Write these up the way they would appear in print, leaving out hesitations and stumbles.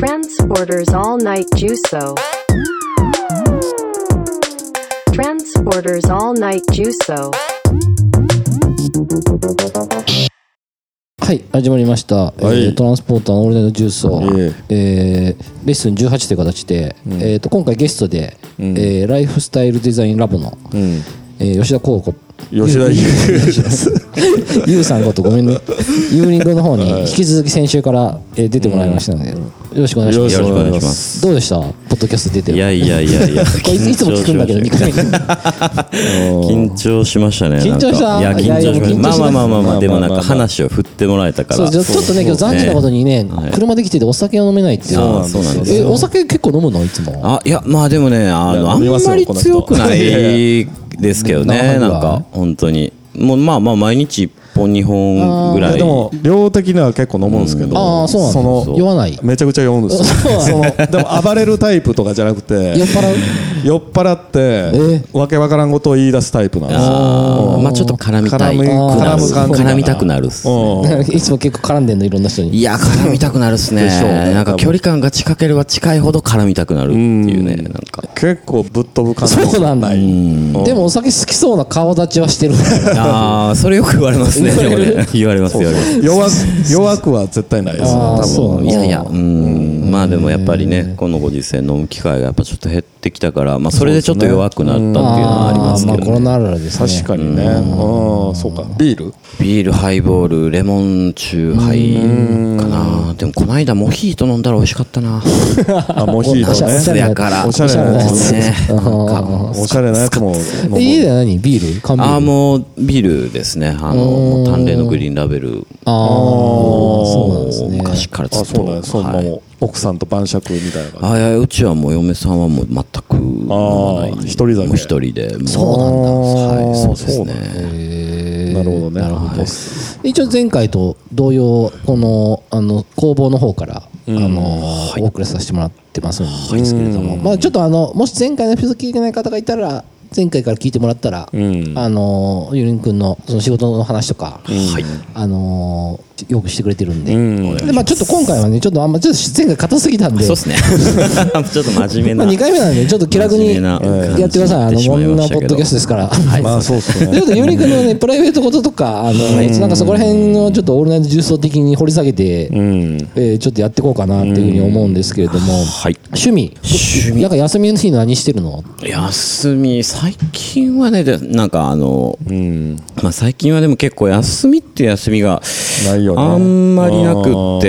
Transporters All Night Juso. Transporters All Night Juso. はい、始まりました、トランスポーターのオールナイトジュースを、レッスン18という形で、今回ゲストで、ライフスタイルデザインラボの、吉田幸子吉田ゆうさんことごめんねユーリングの方に引き続き先週から、出てもらいましたので、よろしくお願いします。 よろしくお願いします。 どうでしたポッドキャスト出てる。 いやこれいつも聞くんだけど2回緊張しましたね。 緊張した。 いや緊張しました。まあでもなんか話を振ってもらえたから。 そうちょっとね今日残念なことにね、車で来ててお酒を飲めないっていう。 そうなんです。 お酒結構飲むのいつも。 いやまあでもねあんまり強くないですけどね。なんか本当にもうまあ毎日1本2本ぐらい。 でも量的には結構飲むんですけど、 そうなんです。酔わない。 めちゃくちゃ酔うんですよ。でも暴れるタイプとかじゃなくて酔っ払ってわけわからんことを言い出すタイプなんですよ。 まあちょっと絡みたい。絡みたくなるっす。 いつも結構絡んでんのいろんな人に。 いや絡みたくなるっすね。なんか距離感が近ければ近いほど絡みたくなるっていうね。なんか結構ぶっ飛ぶ感じ。 そうなんだ。でもお酒好きそうな顔立ちはしてる。 それよく言われますね。言われます。 弱くは絶対ないです。多分。 いやまあでもやっぱりねこのご時世飲む機会がやっぱちょっと減ってきたから、まあそれでちょっと弱くなったっていうのはありますけどね。 コロナあるあるですね。 確かにね。そうか。ビールハイボールレモンチューハイかな。でもこの間モヒート飲んだら美味しかったな。 モヒートね。 おしゃれやから。 おしゃれなやつね。おしゃれなやつも。 家では何ビール？缶ビール？ もうビールですね。淡麗のグリーンラベル。 そうなんですね。 昔からずっと。 そうなんです。奥さんと晩酌みたいな感じ。 いやうちはもう嫁さんはもう全く飲まない。 一人だけ。 もう一人で。 そうなんだ。 はいそうですね。 なるほどね。 なるほど。一応前回と同様この工房の方からお送りさせてもらってますんですけれども、まあちょっともし前回のエピソード聞いてない方がいたら。前回から聞いてもらったら、ゆりんくんのその仕事の話とか、よくしてくれてるんで、でまあちょっと今回はねちょっとちょっと前回硬すぎたんで、 そうですね。ちょっと真面目な。 2回目なんでちょっと気楽にやってください。こんなポッドキャストですから。 まあそうですね。 ちょっとゆりんくんのねプライベートこととかなんかそこら辺をちょっとオールナイト重層的に掘り下げて、ちょっとやっていこうかなっていうふうに思うんですけれども、趣味なんか休みの日何してるの？ 休み最近はねなんかまあ最近はでも結構休みって休みがあんまりなくって、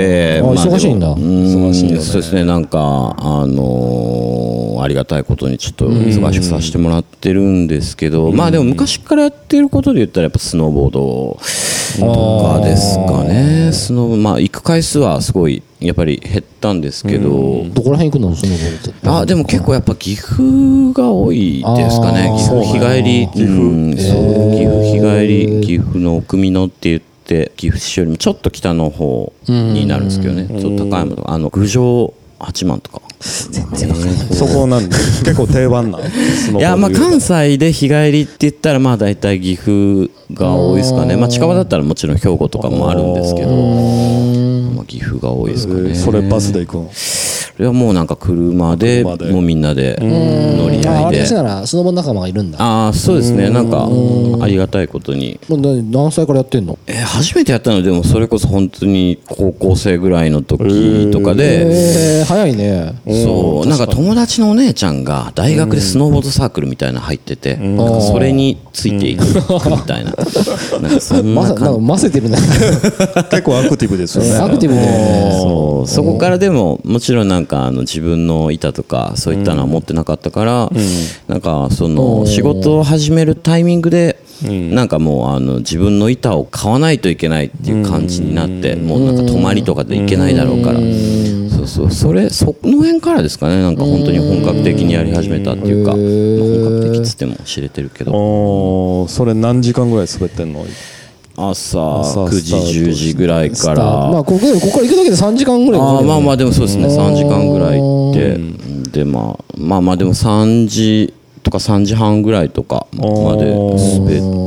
忙しいんだ。 忙しいよね。そうですね。なんかありがたいことにちょっと忙しくさせてもらってるんですけど、まあでも昔からやってることで言ったらやっぱスノーボードとかですかね。まあ行く回数はすごいやっぱり減ったんですけど、 どこら辺行くのスノーボードって？ でも結構やっぱ岐阜が多いですかね。岐阜日帰り、岐阜日帰り、岐阜の奥美濃って言って岐阜市よりもちょっと北の方になるんですけどね。ちょっと高山とか郡上八幡とか。 全然わかんない。 そこなんで結構定番な。 いやまあ関西で日帰りって言ったらまあ大体岐阜が多いですかね。まあ近場だったらもちろん兵庫とかもあるんですけど、まあ岐阜が多いですかね。 それバスで行くの？ それはもうなんか車でもうみんなで乗り合いで。 私ならスノボ仲間がいるんだ。 そうですね。なんかありがたいことに。 何歳からやってんの？ 初めてやったのでもそれこそ本当に高校生ぐらいの時とかで。 早いね。 そうなんか友達のお姉ちゃんが大学でスノーボードサークルみたいなの入ってて、なんかそれについていくみたいな。なんかそんな感じ。 混ぜてるね。 結構アクティブですよね。 アクティブね。 そこからでももちろんなんか自分の板とかそういったのは持ってなかったから、なんかその仕事を始めるタイミングでなんかもう自分の板を買わないといけないっていう感じになって、もうなんか泊まりとかで行けないだろうから、その辺からですかね。なんか本当に本格的にやり始めたっていうか、本格的っつっても知れてるけど。 それ何時間ぐらい滑ってんの？ 朝9時10時ぐらいから、 まあここから行くだけで3時間ぐらいかかる。 まあでもそうですね。3時間ぐらい行ってでまあでも3時とか3時半ぐらいとかまで滑って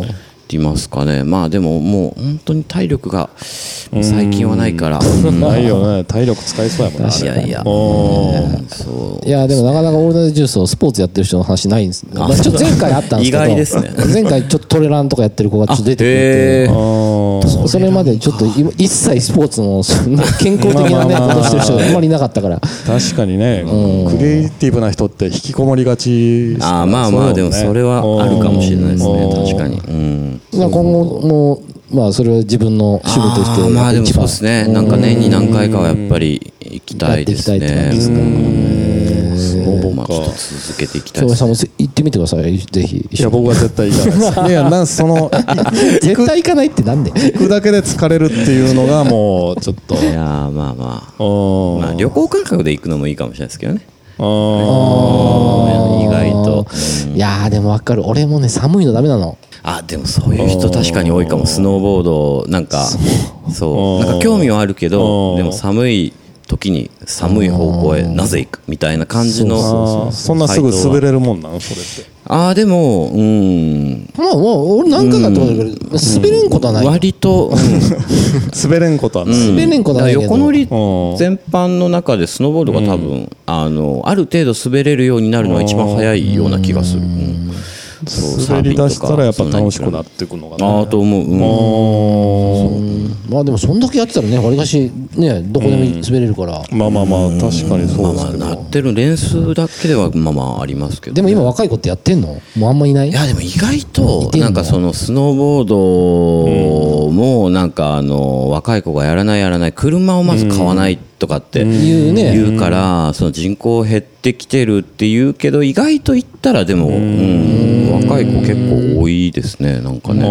言いますかね、まあでももう本当に体力がもう最近はないから、 ないよね、体力使いそうやもんね。 いやいや、 いやでもなかなかオールナイトジュースをスポーツやってる人の話ないんです。ちょっと前回あったんですけど、 意外ですね。 前回ちょっとトレランとかやってる子がちょっと出てくれて、それまでちょっと一切スポーツの健康的なねことしてる人があんまりいなかったから。 確かにね、クリエイティブな人って引きこもりがち。 まあまあでもそれはあるかもしれないですね、確かに。 今後もまあそれは自分の趣味としてまあでもそうですね、なんか年に何回かはやっぱり行きたいですね。まあちょっと続けていきたいです。 京平さんも行ってみてください、ぜひ。 いや僕は絶対行かないです。いやなんその絶対行かないってなんで？ 行くだけで疲れるっていうのがもうちょっと。 いやまあまあ旅行感覚で行くのもいいかもしれないですけどね。意外と。 いやでも分かる、俺もね寒いのダメなの。 でもそういう人確かに多いかも。スノーボードなんかそうなんか興味はあるけど、でも寒い時に寒い方向へなぜ行くみたいな感じの。 そんなすぐ滑れるもんなのそれって。 でもまあ俺何回かってことだけど滑れんことはない。 割と滑れんことはない。 滑れんことはないけど、 横乗り全般の中でスノーボードが多分ある程度滑れるようになるのが一番早いような気がする。 滑り出したらやっぱ楽しくなっていくのかなと思う。 まあでもそんだけやってたらね、わりかしねどこでも滑れるから。 まあ確かにそうですけど、 なってる練習だけではまあありますけど。 でも今若い子ってやってんの？もうあんまいない？ いやでも意外となんかそのスノーボードもなんか若い子がやらない車をまず買わないとかって言うから、その人口減ってきてるって言うけど、意外と言ったらでも若い子結構多いですね、なんかね。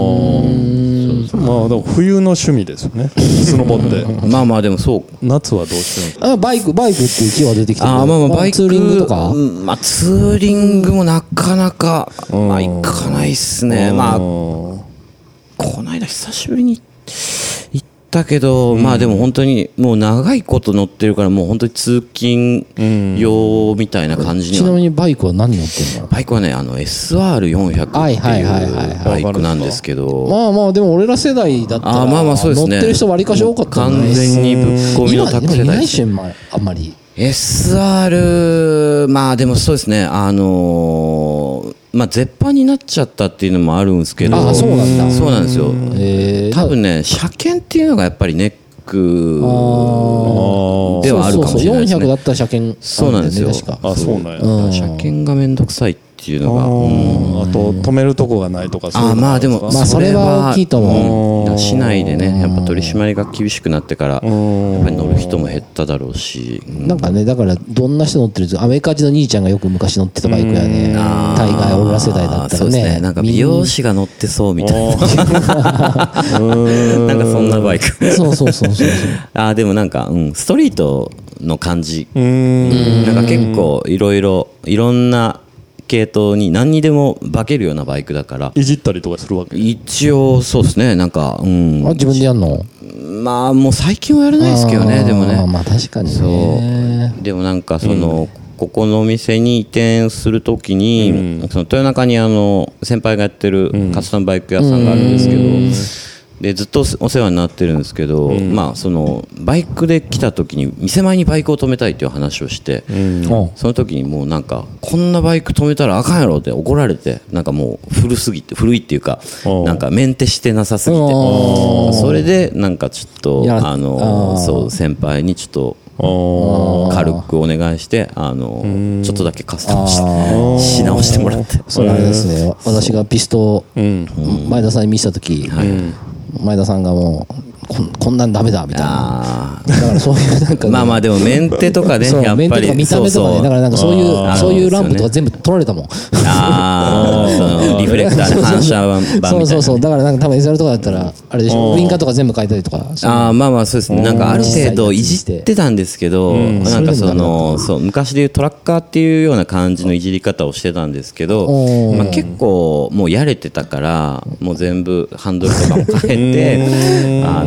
まあでも冬の趣味ですよね、スノボって。 まあでもそう。 夏はどうしてるの？ バイクっていう気は出てきてる。 バイクツーリングとか？ ツーリングもなかなか行かないっすね。この間久しぶりに行ったけど、まあでも本当にもう長いこと乗ってるから、もう本当に通勤用みたいな感じには。 ちなみにバイクは何乗ってんの？ バイクはねSR400 っていうバイクなんですけど、 まあでも俺ら世代だったらそうですね、 乗ってる人わりかし多かった完全にぶっ込みのタク世代。 今いないしあんまり SR まあでもそうですね、絶版になっちゃったっていうのもあるんですけど。 そうなんだ。 そうなんですよ。多分ね車検っていうのがやっぱりネックではあるかもしれないですね。 400だったら車検。 そうなんですよ。 そうなんや。 車検がめんどくさいっていうのが。 あと止めるとこがないとか。 まあでもそれは大きいと思う。市内でねやっぱ取り締まりが厳しくなってからやっぱり乗る人も減っただろうし。 なんかねだからどんな人乗ってるアメリカ人の兄ちゃんがよく昔乗ってたバイクやね。大概俺ら世代だったらね。 なんか美容師が乗ってそうみたいな。なんかそんなバイク。そう。でもなんかストリートの感じ。なんか結構いろんな系統に何にでも化けるようなバイクだから。 いじったりとかするわけ？ 一応そうですね、なんか自分でやんの？ まあもう最近はやらないですけどね。でもねまあ確かにね。 でもなんかそのここのお店に移転するときにその豊中に先輩がやってるカスタムバイク屋さんがあるんですけど、でずっとお世話になってるんですけど、まあそのバイクで来た時に店前にバイクを止めたいっていう話をして、その時にもうなんかこんなバイク止めたらあかんやろって怒られて、なんかもう古いっていうかなんかメンテしてなさすぎて、それでなんかちょっとそう先輩にちょっと軽くお願いしてちょっとだけカスタムし直してもらって。 それあれですね、私がピストを前田さんに見せた時、前田さんがもうこんなんダメだみたいな。だからそういうなんかまあでもメンテとかね、やっぱりメンテとか見た目とかね、だからなんかそういうランプとか全部取られたもん。 リフレクターで反射板みたいな。 そうだからなんか多分 SR とかだったらあれでしょ、ウインカーとか全部変えたりとか。 まあそうですね、なんかある程度いじってたんですけど、なんかそう昔でいうトラッカーっていうような感じのいじり方をしてたんですけど、結構もうやれてたからもう全部ハンドルとかも変えて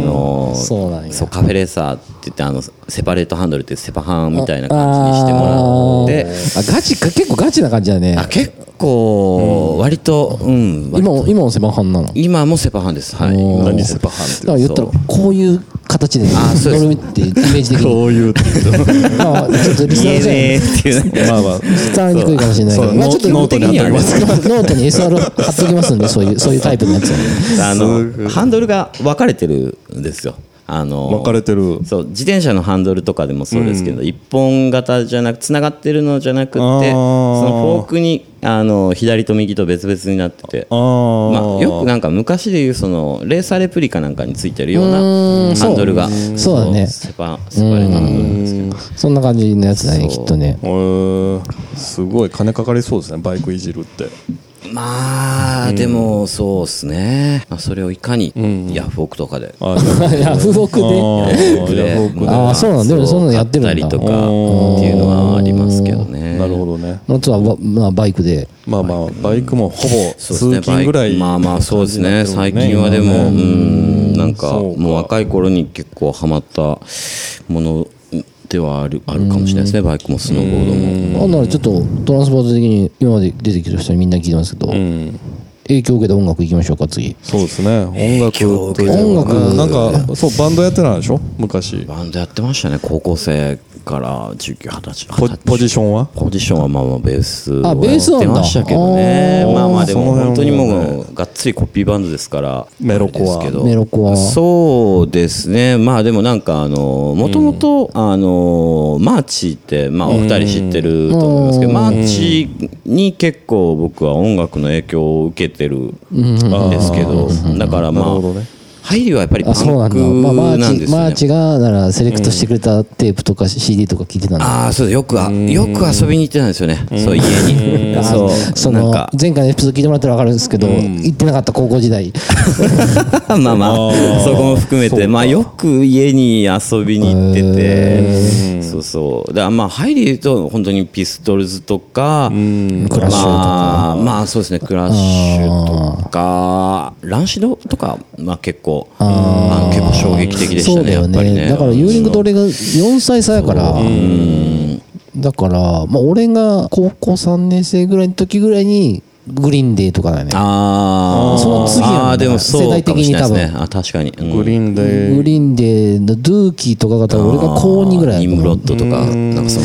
そうなんや。 そうカフェレーサーって言ってセパレートハンドルってセパハンみたいな感じにしてもらって結構ガチな感じだね。 結構割と今もセパハンなの？ 今もセパハンです。はい。 何セパハンって。 だから言ったらこういう形で乗るってイメージ的に。 こういうってまあちょっとリスナーねっていうね。 まあまあ伝わりにくいかもしれないけど、まあちょっとノートに貼っておきます。 ノートに SR 貼っておきますんで、そういうタイプのやつをね。 ハンドルが分かれてるんですよ。 分かれてる。 そう自転車のハンドルとかでもそうですけど、一本型じゃなくつながってるのじゃなくて、そのフォークに左と右と別々になってて、まあ、よくなんか昔でいうそのレーサーレプリカなんかについてるようなハンドルがそうだね。 セパレートハンドルなんですけど、 そんな感じのやつだねきっとね。 すごい金かかりそうですね、バイクいじるって。 まあでもそうですね、まあ、それをいかにヤフオクとかでヤフオクでああそうなんだ。でもそんなのやってるんだりとかっていうのはありますけどね。 なるほどね。 あとはまあバイクでまあバイクもほぼ通勤ぐらい。 まあそうですね。最近はでもなんかもう若い頃に結構ハマったものではあるかもしれないですね。バイクもスノーボードも。 なんならちょっとトランスポート的に今まで出てきた人にみんな聞いてますけど、影響を受けた音楽いきましょうか次。 そうですね。音楽なんかそうバンドやってたんでしょ昔。 バンドやってましたね。高校生から19、20歳。 ポジションはまあベースをやベースなんだってましたけどね。まあでも本当にもうがっつりコピーバンドですからメロコアそうですね。まあでもなんかもともとマーチってまあお二人知ってると思いますけど、マーチに結構僕は音楽の影響を受けてるんですけど、だからまあ入りはやっぱりパンクなんですよね。 マーチがならセレクトしてくれたテープとか CD とか聞いてたんだ。 そうよく遊びに行ってたんですよね。そう家に。 その前回のエピソード聞いてもらったら分かるんですけど、行ってなかった高校時代。 まあそこも含めてまあよく家に遊びに行ってて、そうだまあ入りで言うと本当にピストルズとかクラッシュとかまあそうですね、クラッシュとかランシドとかまあ結構結構衝撃的でしたね。やっぱりね。 だからユーリングと俺が4歳差やから、だからまあ俺が高校3年生ぐらいの時ぐらいにグリーンデーとかだね。その次はでもそう世代的に多分確かにグリーンデーのドゥーキーとかが多分俺が高2ぐらいニムロッドとかなんか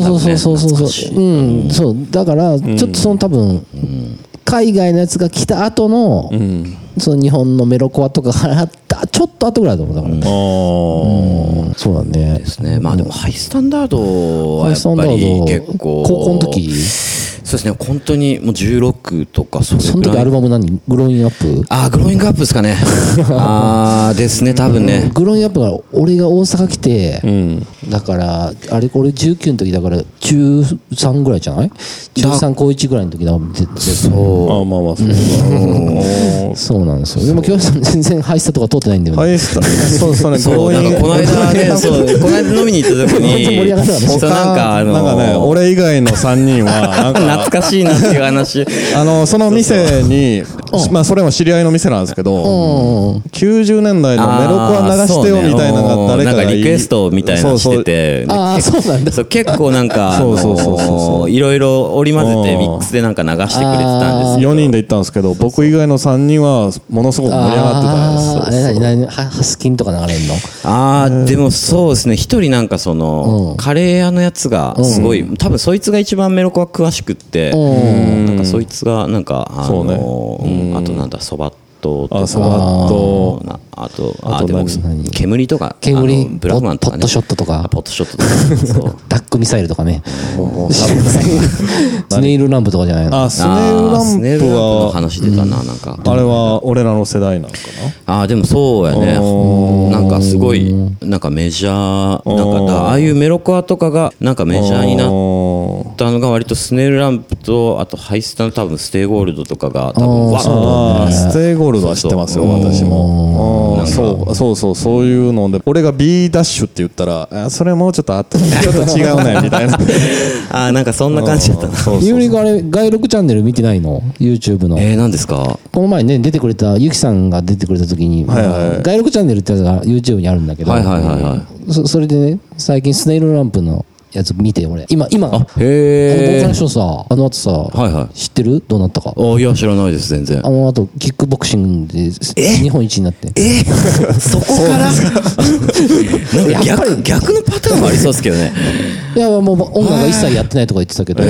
そうだからちょっとその多分海外のやつが来た後のその日本のメロコアとかがちょっと後ぐらいだと思う。だからそうだね。 ですね。まあでもハイスタンダードはやっぱり結構高校の時そうですね。本当にもう16とかその時アルバム何？グローイングアップ？ グローイングアップですかね。ですね、多分ね。 グローイングアップが俺が大阪来て、だからあれ俺19の時だから中3ぐらいじゃない？中3高1ぐらいの時だもん。 そうまあそうなんですよ。でも今日全然ハイスタとか通ってないんだよね。 ハイスタそうなんかこの間ね、この間飲みに行った時になんかね、俺以外の3人はなんか懐かしいなっていう話。 その店にまあそれも知り合いの店なんですけど、90年代のメロコア流してよみたいなのが誰かがリクエストみたいなのしてて、 そうなんだ。 結構なんかいろいろ織り交ぜてミックスでなんか流してくれてたんですよ。 4人で行ったんですけど、僕以外の3人はものすごく盛り上がってたんです。 ハスキンとか流れるの？ でもそうですね。一人なんかそのカレー屋のやつがすごい、多分そいつが一番メロコア詳しくって、なんかそいつがなんかあとなんだそばとかあとでも煙とかブラグマンとかね、 ポットショットとかダックミサイルとかね、スネイルランプとかじゃないの？ スネイルランプの話出たな。なんかあれは俺らの世代なのかな。 でもそうやね。なんかすごいなんかメジャーなんかああいうメロコアとかがなんかメジャーになったのが割とスネイルランプとあとハイスタの多分ステイゴールドとかが多分ステイゴールドは知ってますよ私も。 そういうので俺が B ダッシュって言ったらそれもうちょっとあってちょっと違うねみたいななんかそんな感じだったな。 ゆうりがあれ外録チャンネル見てないの YouTube の。 何ですか。 この前ね出てくれたゆきさんが出てくれた時に、外録チャンネルってやつが YouTube にあるんだけど、それでね最近スネイルランプのやつ見て俺今ボーカルの人さあの後さ、知ってるどうなったか。 いや知らないです全然。 あの後キックボクシングで日本一になってそこからなんか逆のパターンもありそうですけどね。 いやもう音楽は一切やってないとか言ってたけど、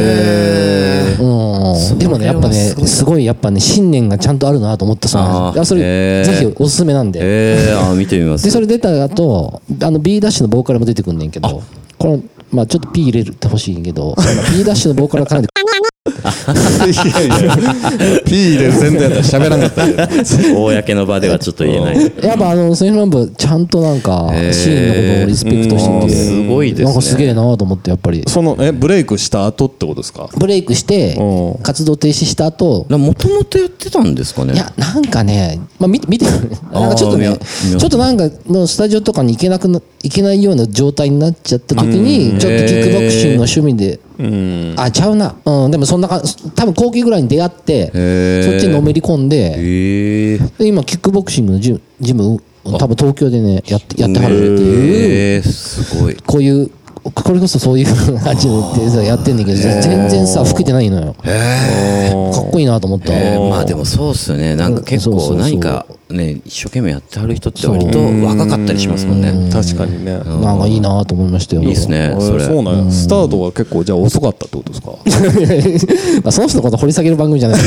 でもねやっぱねすごいやっぱね信念がちゃんとあるなと思ったさ。それぜひおすすめなんで見てみます。 でそれ出た後B ダッシュのボーカルも出てくんねんけど、このまあちょっと P 入れてほしいんけどB ダッシュのボーカルからでいやいや P 入れる前提だったら喋らなかった公の場ではちょっと言えない。 やっぱセイフランプちゃんとなんかシーンのことをリスペクトしててすごいですね。 なんかすげえなと思ってやっぱりそのブレイクした後ってことですか。 ブレイクして活動停止した後もともとやってたんですかね。 いやなんかね見てなんかちょっとねちょっとなんかのスタジオとかに行けないような状態になっちゃった時にちょっとキックボクシングの趣味でちゃうな、でもそんな多分後期ぐらいに出会ってそっちにのめり込んで、で今キックボクシングのジム多分東京でねやってはるっていう、 すごいこういうこれこそそういう感じでやってんだけど全然さ老けてないのよ。かっこいいなと思った。 まあでもそうっすよね。なんか結構何かね一生懸命やってはる人って割と若かったりしますもんね。 確かにね。 なんかいいなと思いましたよ。 いいですね。 そうなんや。スタートは結構じゃあ遅かったってことですか。 その人のこと掘り下げる番組じゃない。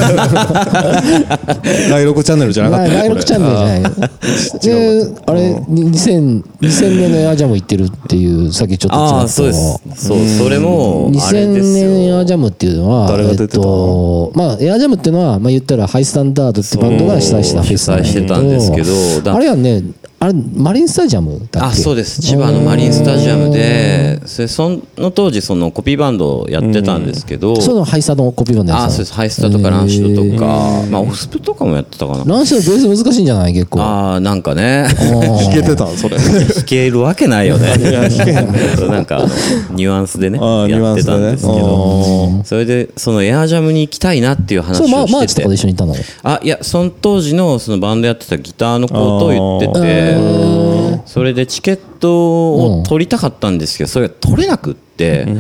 外録チャンネルじゃなかった。 外録チャンネルじゃない。であれ2000年のエアジャム行ってるっていうさっきちょっとそうです。それも 2000年エアジャムっていうのはまあエアジャムっていうのはまあ言ったらハイスタンダードってバンドが主催したフェスなんだしてたんですけど、 あれはねあれマリンスタジアムだっけ。 そうです。千葉のマリンスタジアムでその当時そのコピーバンドをやってたんですけど、 そのハイスタのコピーバンドやつ。 そうです。ハイスタとかランシドとかまあオフスプとかもやってたかな。 ランシドベース難しいんじゃない結構。 なんかね弾けてたんそれ。 弾けるわけないよね。なんかニュアンスでねやってたんですけど、それでそのエアジャムに行きたいなっていう話をしてて、 マーチとかで一緒にいたの。 いやその当時のそのバンドやってたギターの子と言ってて、それでチケットを取りたかったんですけどそれが取れなくって、エアジ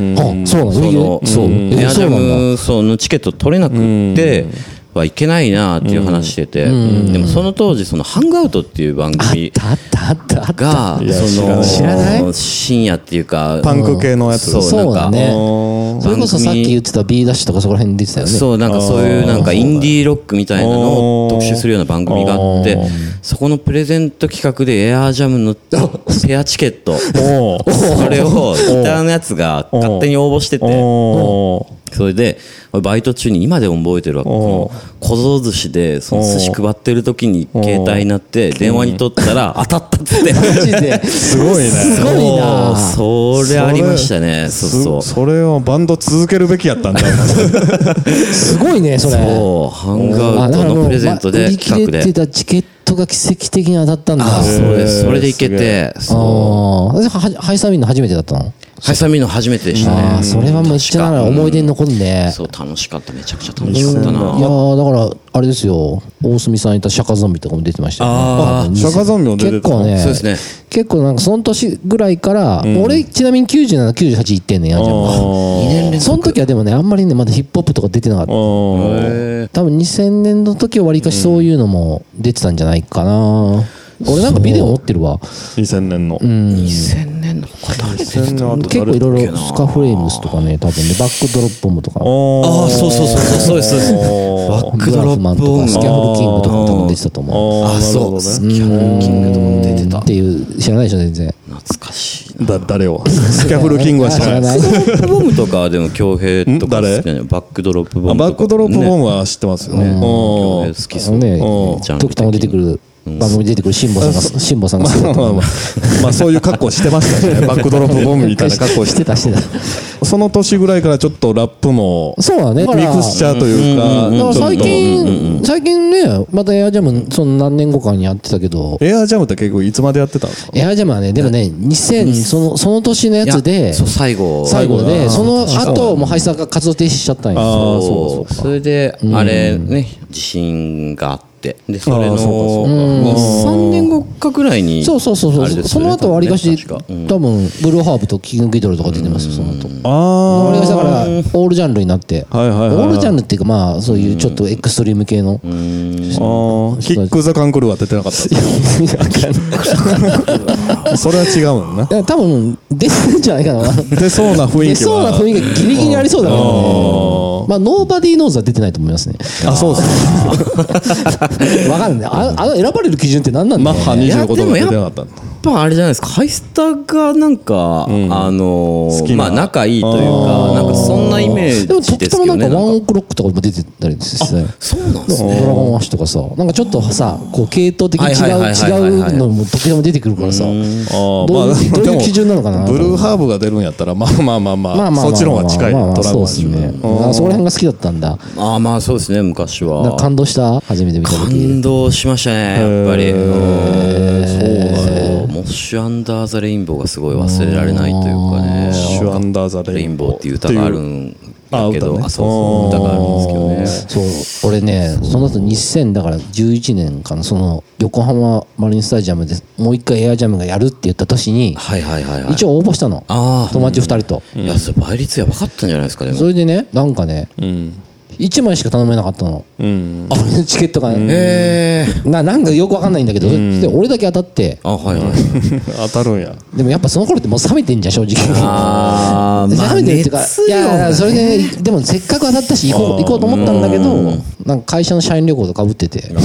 ャムそのチケット取れなくってはいけないなっていう話してて、でもその当時そのハングアウトっていう番組が知らない？ 深夜っていうかパンク系のやつ。 そうだね。それこそさっき言ってた B ダッシュとかそこら辺に出てたよね。 そうなんかそういうなんかインディーロックみたいなのを特集するような番組があって、そこのプレゼント企画でエアージャムのペアチケットそれをギターのやつが勝手に応募してて、それでバイト中に今でも覚えてるわ。この小僧寿司でその寿司配ってる時に携帯になって電話に取ったら当たったっつって。マジですごいね。 すごいな。 それありましたね。 それをバンド続けるべきやったんだよ。 すごいねそれ。 ハンガーウトのプレゼントで企画で売り切れてたチケットが奇跡的に当たったんだ。 そうです。それで行けて。 ハイサミンの初めてだったの？ ハイサミンの初めてでしたね。 それはめっちゃ思い出に残るね。 そう楽しかった。めちゃくちゃ楽しかったな。 いやだからあれですよ。大隅さんいたシャカゾンビとかも出てましたよね。 シャカゾンビも出てた。 結構ね。 そうですね。 結構なんかその年ぐらいから俺ちなみに97、98行ってんねんやじゃん。2年連続。その時はでもねあんまりねまだヒップホップとか出てなかった。多分2000年の時はわりかしそういうのも出てたんじゃないかな。俺なんかビデオ持ってるわ。 2000年の。 2000年の方結構いろいろスカフレームスとかね多分ねバックドロップボムとか。 そうです。 バックドロップボムとかスキャフルキングとか多分出てたと思う。 そうスキャフルキングとかも出てたっていう知らないでしょ全然。 懐かしい。 誰を？スキャフルキングは知らない。 バックドロップボムとかでも恭平とか好きなの。バックドロップボム。 バックドロップボムは知ってますよね。 好きそうね。 時たま出てくる。 番組に出てくる辛坊さんがまあそういう格好してましたね。バックドロップボムみたいな格好してた。 その年ぐらいからちょっとラップもそうだね。 ミクスチャーというか、 だから最近ね、またエアジャムその何年後かにやってたけど、 エアジャムって結構いつまでやってたんですか？ エアジャムはね、でもね、その年のやつで最後で、その後もうハイサーが活動停止しちゃったんよ。 それであれね、地震があって、でそれの3年後かぐらいに、 その後わりかし多分ブルーハーブとキングギドルとか出てますよ。その後わりかしだからオールジャンルになって、オールジャンルっていうか、まあそういうちょっとエクストリーム系の。 キック・ザ・カンクルーは出てなかったそれは違うんな。 多分出てるんじゃないかな。 出そうな雰囲気は、 出そうな雰囲気がギリギリありそうだからね。まあノーバディーノーズは出てないと思いますね。 そうですね。 わかんない。選ばれる基準って何なんだろうね。 マッハ25とか出てなかった。 やっぱあれじゃないですか、ハイスターがなんか、まあ仲いいというか、なんかそんなイメージでもですけとってもどね。 なんかワンオクロックとかも出てたりですね。 そうなんですね。 ドラゴンアッシュとかさ、なんかちょっとさ、こう系統的に違うのも時々も出てくるからさ、どういう基準なのかな。 ブルーハーブが出るんやったら、まあそっちの方が近い。ドラゴンアッシュね。 そこら辺が好きだったんだ。 まあそうですね、昔は。 感動した？初めて見た時。 感動しましたね、やっぱり。モッシュアンダーザレインボーがすごい忘れられないというかね。 モッシュアンダーザレインボーっていう歌があるんだけど、そう歌があるんですけどね。 そう、俺ね、その後2000だから11年かな、その横浜マリンスタジアムでもう一回エアジャムがやるって言った年に、一応応募したの。友達2人と。 いや、それ倍率やばかったんじゃないですか。でもそれでね、なんかね、1枚しか頼めなかったの。チケットがね。なんかよくわかんないんだけど、で俺だけ当たって。 当たるんや。 でもやっぱその頃ってもう冷めてんじゃん、正直。冷めてるっていうか、いやそれででもせっかく当たったし行こうと思ったんだけど、なんか会社の社員旅行とかぶってて、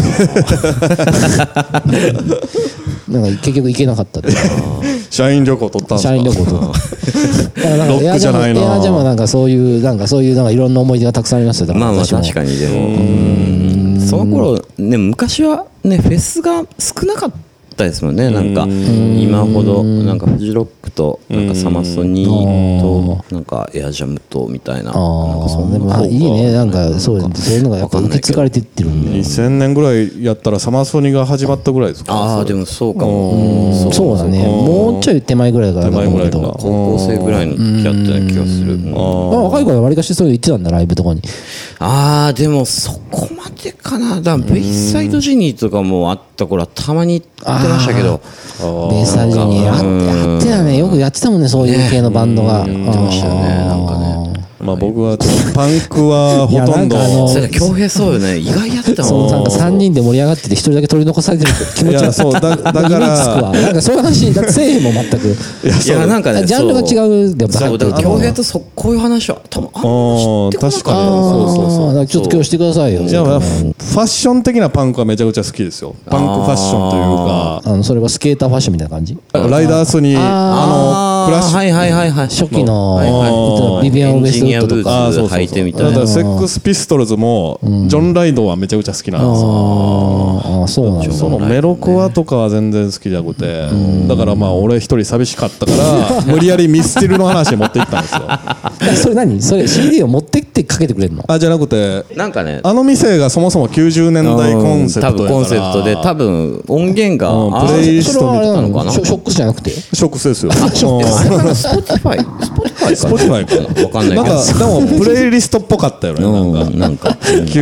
なんか結局行けなかったって。 社員旅行取ったんですか？ 社員旅行取った。ロックじゃないな。エアジャムはなんかそういうなんかいろんな思い出がたくさんありましたよ。 まあ確かに。でもその頃ね、昔はねフェスが少なかったですもんね。なんか今ほどなんかフジロックとなんかサマソニーとなんかエアジャムとみたいな。 でもいいね、なんかそういうのがやっぱ受け継がれていってるんで。 2000年ぐらいやったらサマソニが始まったぐらいですか？ でもそうかも。 そうだね。もうちょい手前ぐらいからだと思うけど、 高校生ぐらいの時やってた気がする。 若い頃はわりかしそういうの言ってたんだ、ライブとかに。 でもそこまでかな。だベイサイドジニーとかもあった頃はたまに行ってましたけど、 ベイサイドジニーやってたね。よくやってたもんね、そういう系のバンドが。やってましたよね、なんかね。 まあ僕はパンクはほとんど恭平そうよね、意外やったもん。なんか3人で盛り上がってて1人だけ取り残されてる気持ちがそうだからなんかそういう話だってせえへんも全く。 いやなんかね、 ジャンルが違うでもそうだから恭平とこういう話は多分確かにそうちょっと今日してくださいよ。 じゃあファッション的なパンクはめちゃくちゃ好きですよ。パンクファッションというか、 それはスケーターファッションみたいな感じ。 ライダースにクラッシュ初期のビビアン・ウエストウッドとか履いてみたいな。 セックスピストルズもジョン・ライドはめちゃくちゃ好きなんですよ。 そうなんだ。 そのメロコアとかは全然好きじゃなくて、だからまあ俺一人寂しかったから無理やりミスチルの話に持っていったんですよ。 それ何？それ CD を持ってってかけてくれるの？ じゃなくて、 なんかね、 あの店がそもそも90年代コンセプトやから、多分コンセプトで多分音源がプレイリストみたいなのかな。ショックスじゃなくて？ ショックスですよ。 スポティファイかな、わかんないけど、 なんかでもプレイリストっぽかったよね。なんか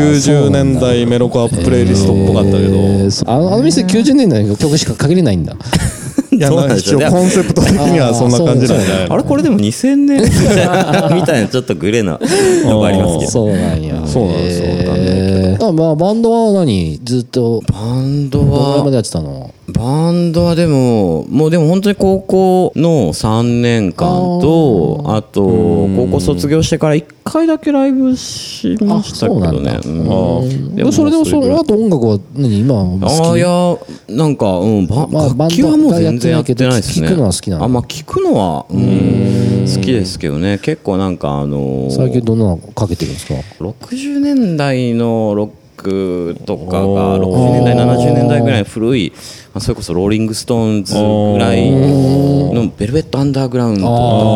90年代メロコアプレイリストっぽかったけど、 あの店90年代の曲しかかけれないんだ。 いや一応コンセプト的にはそんな感じなんじゃないの？ あれこれでも2000年みたいなちょっとグレーなのがありますけど。 そうなんや。 そうなんですよ。 まあバンドは何？ずっとバンドどのぐらいまではやってたの？ バンドはでもでも本当に高校の3年間と、あと高校卒業してから1回だけライブしましたけどね。 それでもその後音楽は今好き？ いやなんか楽器はもう全然やってないですね。 聞くのは好きなの？ 聞くのは好きですけどね。結構なんか最近どんなのかけてるんですか？ 60年代のロックとかが60年代70年代ぐらいの古いそれこそローリングストーンズぐらいのベルベットアンダーグラウンドとか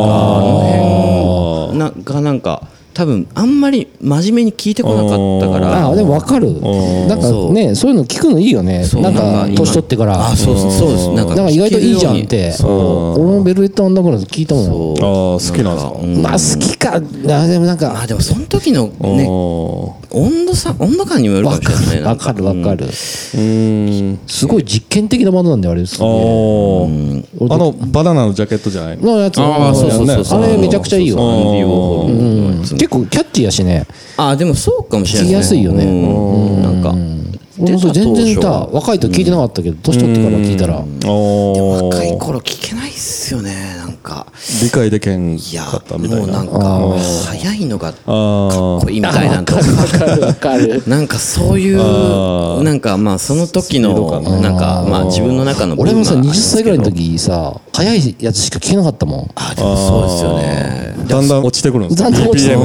あの辺がなんか多分あんまり真面目に聞いてこなかったからでも分かるなんかねそういうの聞くのいいよねなんか年取ってからそうですなんか意外といいじゃんって俺もベルベットアンダーグラウンド聞いたもん好きなんですかまあ好きかでもなんかでもその時のね温度感にもよるかもしれないね分かるすごい実験的なバンドなんだよあれですバナナのジャケットじゃないのやつそうあれめちゃくちゃいいよ結構キャッチーやしねでもそうかもしれない聞きやすいよねなんか俺も全然若いと聞いてなかったけど年取ってから聞いたらでも若い頃聞けないっすよねなんか理解できへんかったみたいなもうなんか早いのがかっこいいみたいなわかるなんかそういうなんかまあその時のなんかまあ自分の中の俺もさ20歳ぐらいの時さ早いやつしか聞けなかったもんでもそうですよねだんだん落ちてくるんですか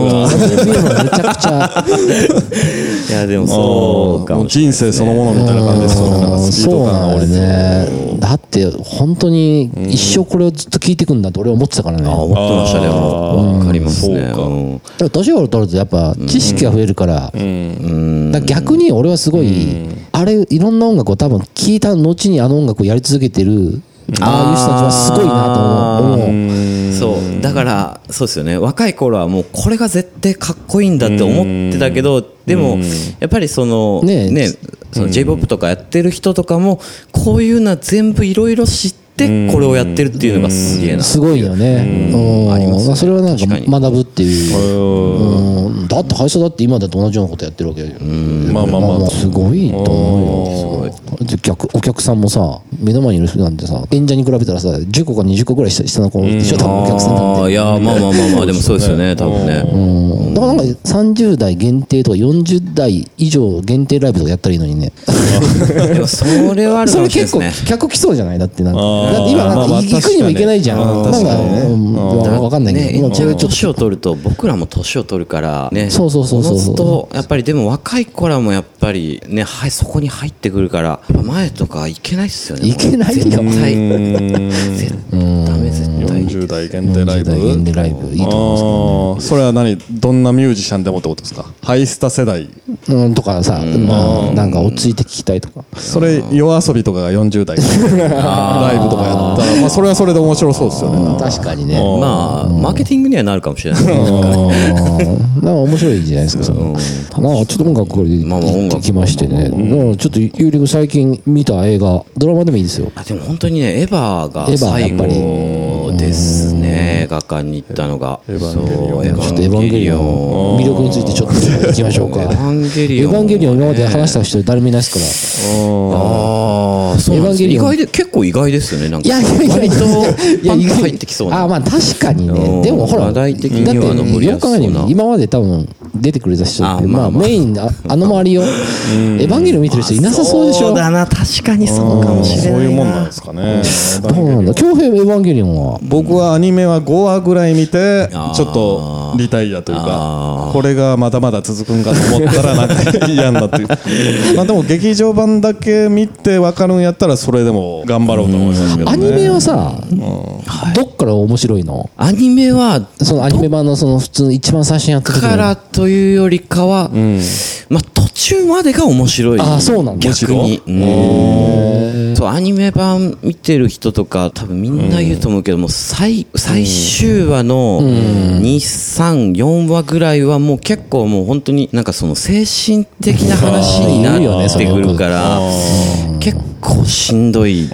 BPM がめちゃくちゃいやでもそうかもしれない人生そのものみたいな感じですよねなんかスピード感が降りてねだって本当に一生これをずっと聞いていくんだって俺は思ってたからね思ってましたねわかりますね年を取るとやっぱ知識が増えるから逆に俺はすごいあれいろんな音楽を多分聞いた後にあの音楽をやり続けてるああいう人たちはすごいなと思うそうだからそうですよね若い頃はもうこれが絶対かっこいいんだって思ってたけどでもやっぱりそのねその J-POP とかやってる人とかもこういうのは全部いろいろ知ってこれをやってるっていうのがすげえなすごいよねありますそれはなんか学ぶっていうだって会社だって今だと同じようなことやってるわけよまあすごいと思うよお客さんもさ目の前にいる人なんてさ演者に比べたらさ10個か20個ぐらい下の子でしょ多分お客さんなんていやまあでもそうですよね多分ねだからなんか30代限定とか40代以上限定ライブとかやったらいいのにねでもそれはあるかもしれないですねそれ結構客来そうじゃないだってなんか今なんか行くにも行けないじゃんなんか分かんないけど演者が年を取ると僕らも年を取るからねそうおのずとやっぱりでも若い子らもやっぱりねそこに入ってくるから前とか行けないっすよね行けないよ絶対ダメ絶対 40代限定ライブ限定ライブいいと思うんですけどねそれはどんなミュージシャンでもってことですかハイスタ世代とかさなんか落ち着いて聞きたいとかそれ夜遊びとかが40代ライブとかやったらまあそれはそれで面白そうですよね確かにねまあマーケティングにはなるかもしれないなんか面白いじゃないですかなんかちょっと音楽これで行ってきましてねちょっとゆうりく最近見た映画ドラマでもいいですよでも本当にねエヴァが最後ですね映画館に行ったのがエヴァンゲリオンちょっとエヴァンゲリオン魅力についてちょっと聞きましょうかエヴァンゲリオン今まで話した人誰もいないですからそうなんです意外で結構意外ですよねなんか割とパンと入ってきそうなまあ確かにねでもほら話題的には残りやすそうな今まで多分出てくれた人ってまあメインあの周りよエヴァンゲリオン見てる人いなさそうでしょそうだな確かにそうかもしれないそういうもんなんですかねどうなんだ恭平エヴァンゲリオンは僕はアニメは5話ぐらい見てちょっとリタイアというかこれがまだまだ続くんかと思ったらなんか嫌になってまあでも劇場版だけ見て分かるんやったらそれでも頑張ろうと思いますけどねアニメはさどっから面白いのアニメはそのアニメ版のその普通の一番最初にやった時からというよりかはまあ途中までが面白いそうなんだ逆にそうアニメ版見てる人とか多分みんな言うと思うけども最終話の2、3、4話ぐらいはもう結構もう本当になんかその精神的な話になってくるから結構しんどい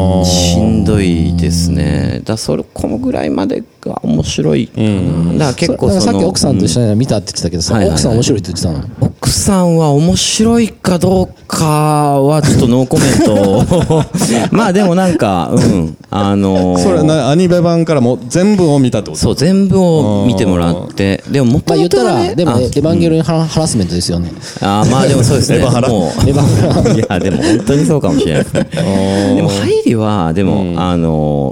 ですねだそれこのぐらいまでが面白いかなだから結構さっき奥さんと一緒に見たって言ってたけどさ奥さん面白いって言ってたの奥さんは面白いかどうかはちょっとノーコメントまあでもなんかそれはアニメ版からも全部を見たってことそう全部を見てもらってでももともとはねでもエヴァンゲリオンハラスメントですよねまあでもそうですねもういやでも本当にそうかもしれないですねでも入りはでも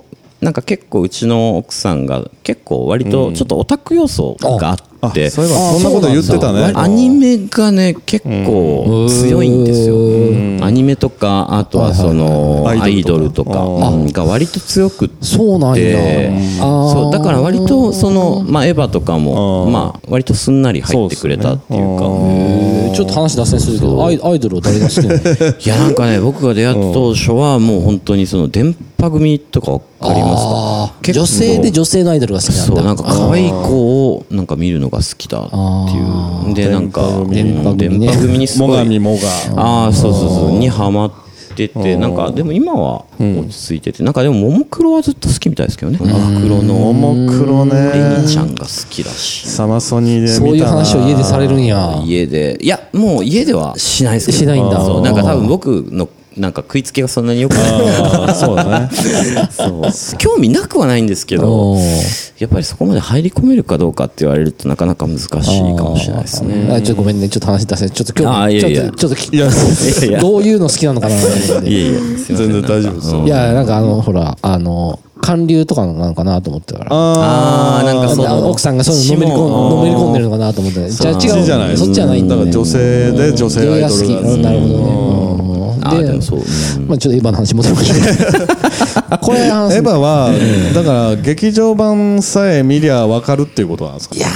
なんか結構うちの奥さんが結構割とちょっとオタク要素があって、 そういえばそんなこと言ってたね。 アニメがね結構強いんですよ。アニメとかあとはそのアイドルとかが割と強くって、 そうなんだ。 そうだから割とそのまあエヴァとかもまあ割とすんなり入ってくれたっていうか。 ちょっと話脱線するけどアイドルを誰が好きなの？ いやなんかね僕が出会った当初はもう本当にその電波組とかありますか？ 女性で女性のアイドルが好きなんだ。 そうなんか可愛い子をなんか見るのが好きだっていうでなんか電波組にすごい最上もがそうにハマっててなんかでも今は落ち着いててなんかでもももクロはずっと好きみたいですけどね。ももクロのももクロねレニちゃんが好きだしサマソニーで見たな。 そういう話を家でされるんや。 家でいやもう家ではしないですけどしないんだ。 そうなんか多分僕のなんか食いつきがそんなによくないそうだねそう興味なくはないんですけどやっぱりそこまで入り込めるかどうかって言われるとなかなか難しいかもしれないですね。 ちょっとごめんねちょっと話出せちょっと今日ちょっといやどういうの好きなのかな。 いや全然大丈夫ですよ。 いやなんかほら韓流とかなのかなと思ってたからなんかそう奥さんがそういうののめり込んでるのかなと思ってじゃあ違うじゃないそっちじゃないんだだから女性で女性アイドルがなるほどね。 でもそうまあちょっとエヴァの話戻りましょう。これエヴァはだから劇場版さえ見りゃ分かるっていうことなんですか？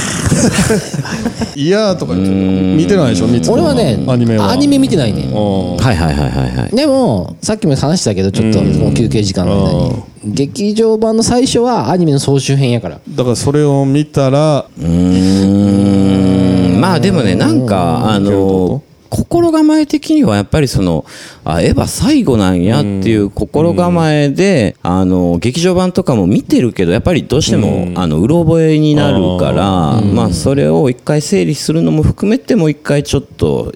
いやとか言って見てないでしょ？ 俺はねアニメ見てないね。 はいでもさっきも話したけどちょっともう休憩時間の間に劇場版の最初はアニメの総集編やから。 だからそれを見たらまあでもねなんか心構え的にはやっぱりそのエヴァ最後なんやっていう心構えで劇場版とかも見てるけどやっぱりどうしてもうろ覚えになるからまあそれを一回整理するのも含めてもう一回ちょっと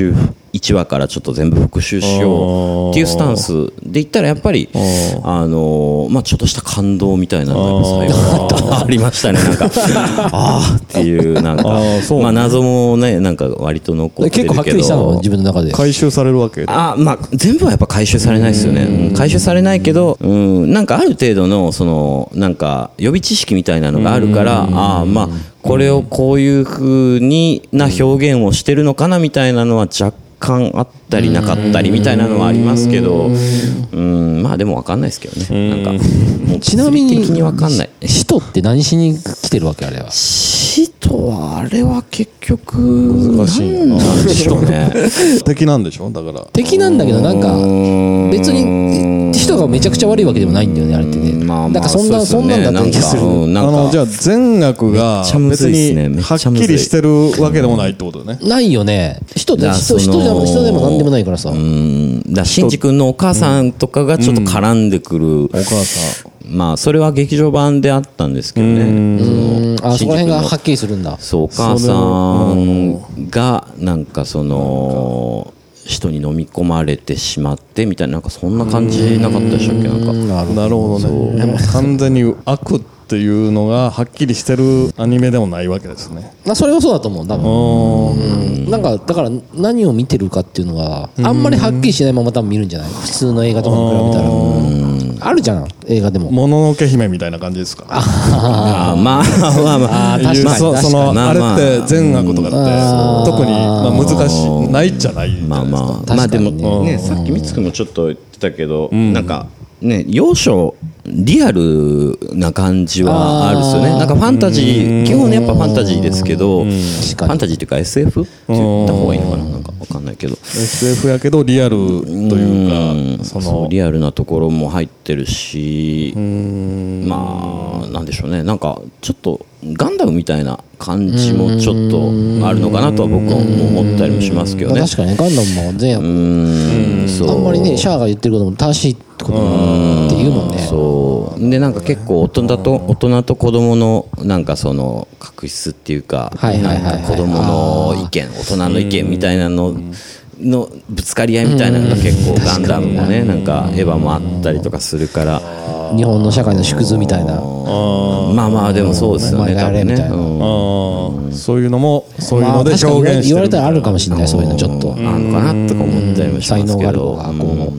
1話からちょっと全部復習しようっていうスタンスで言ったらやっぱりまあちょっとした感動みたいなのが最後ありましたね。なんかっていうなんかまあ謎もねなんか割と残ってるけど結構はっきりしたの自分の中で回収されるわけ。 まあ全部はやっぱ回収されないですよね。回収されないけどなんかある程度のそのなんか予備知識みたいなのがあるからまあこれをこういう風な表現をしてるのかなみたいなのは若干あったりなかったりみたいなのはありますけどまあでも分かんないですけどね。なんかもうちなみに的に分かんない。 使徒って何しに来てるわけあれは。 使徒はあれは結局難しい何なんでしょうね。 敵なんでしょ？だから敵なんだけどなんか別に人がめちゃくちゃ悪いわけでもないんだよねあれってね。なんかそんなんだった気がする。 じゃあ善悪が別にはっきりしてるわけでもないってことね。 ないよね。人でも何でもないからさ。 だシンジ君のお母さんとかがちょっと絡んでくる。 お母さん。 まあそれは劇場版であったんですけどね。 そこら辺がはっきりするんだ。 そうお母さんがなんかその人に飲み込まれてしまってみたいななんかそんな感じなかったでしたっけ？なんかなるほどね。でも完全に悪っていうのがはっきりしてるアニメでもないわけですね。 それはそうだと思う多分。なんかだから何を見てるかっていうのがあんまりはっきりしないまま多分見るんじゃない？普通の映画とかに比べたら。あるじゃん映画でも。 もののけ姫みたいな感じですか？ まあ確かにそのあれって善悪とかって特に難しいないじゃないじゃないですか。 まあでもねさっきみつくんもちょっと言ってたけどなんかね要所リアルな感じはあるっすよね。なんかファンタジー基本やっぱファンタジーですけどファンタジーっていうか SF って言った方がいいのかななんか分かんないけど SF やけどリアルというかそうリアルなところも入ってるしまあなんでしょうねなんかちょっとガンダムみたいな感じもちょっとあるのかなとは僕は思ったりもしますけどね。 確かにガンダムも善悪あんまりねシャアが言ってることも正しいってことって言うもんね。 そうでなんか結構大人と子供のなんかその確執っていうか子供の意見大人の意見みたいなのぶつかり合いみたいなのが結構ガンダムもねなんかエヴァもあったりとかするから日本の社会の縮図みたいなまあでもそうですよね多分ねそういうのもそういうので表現してる言われたらあるかもしれないそういうのちょっとあるかなとか思ったりもしますけど才能がある方がこう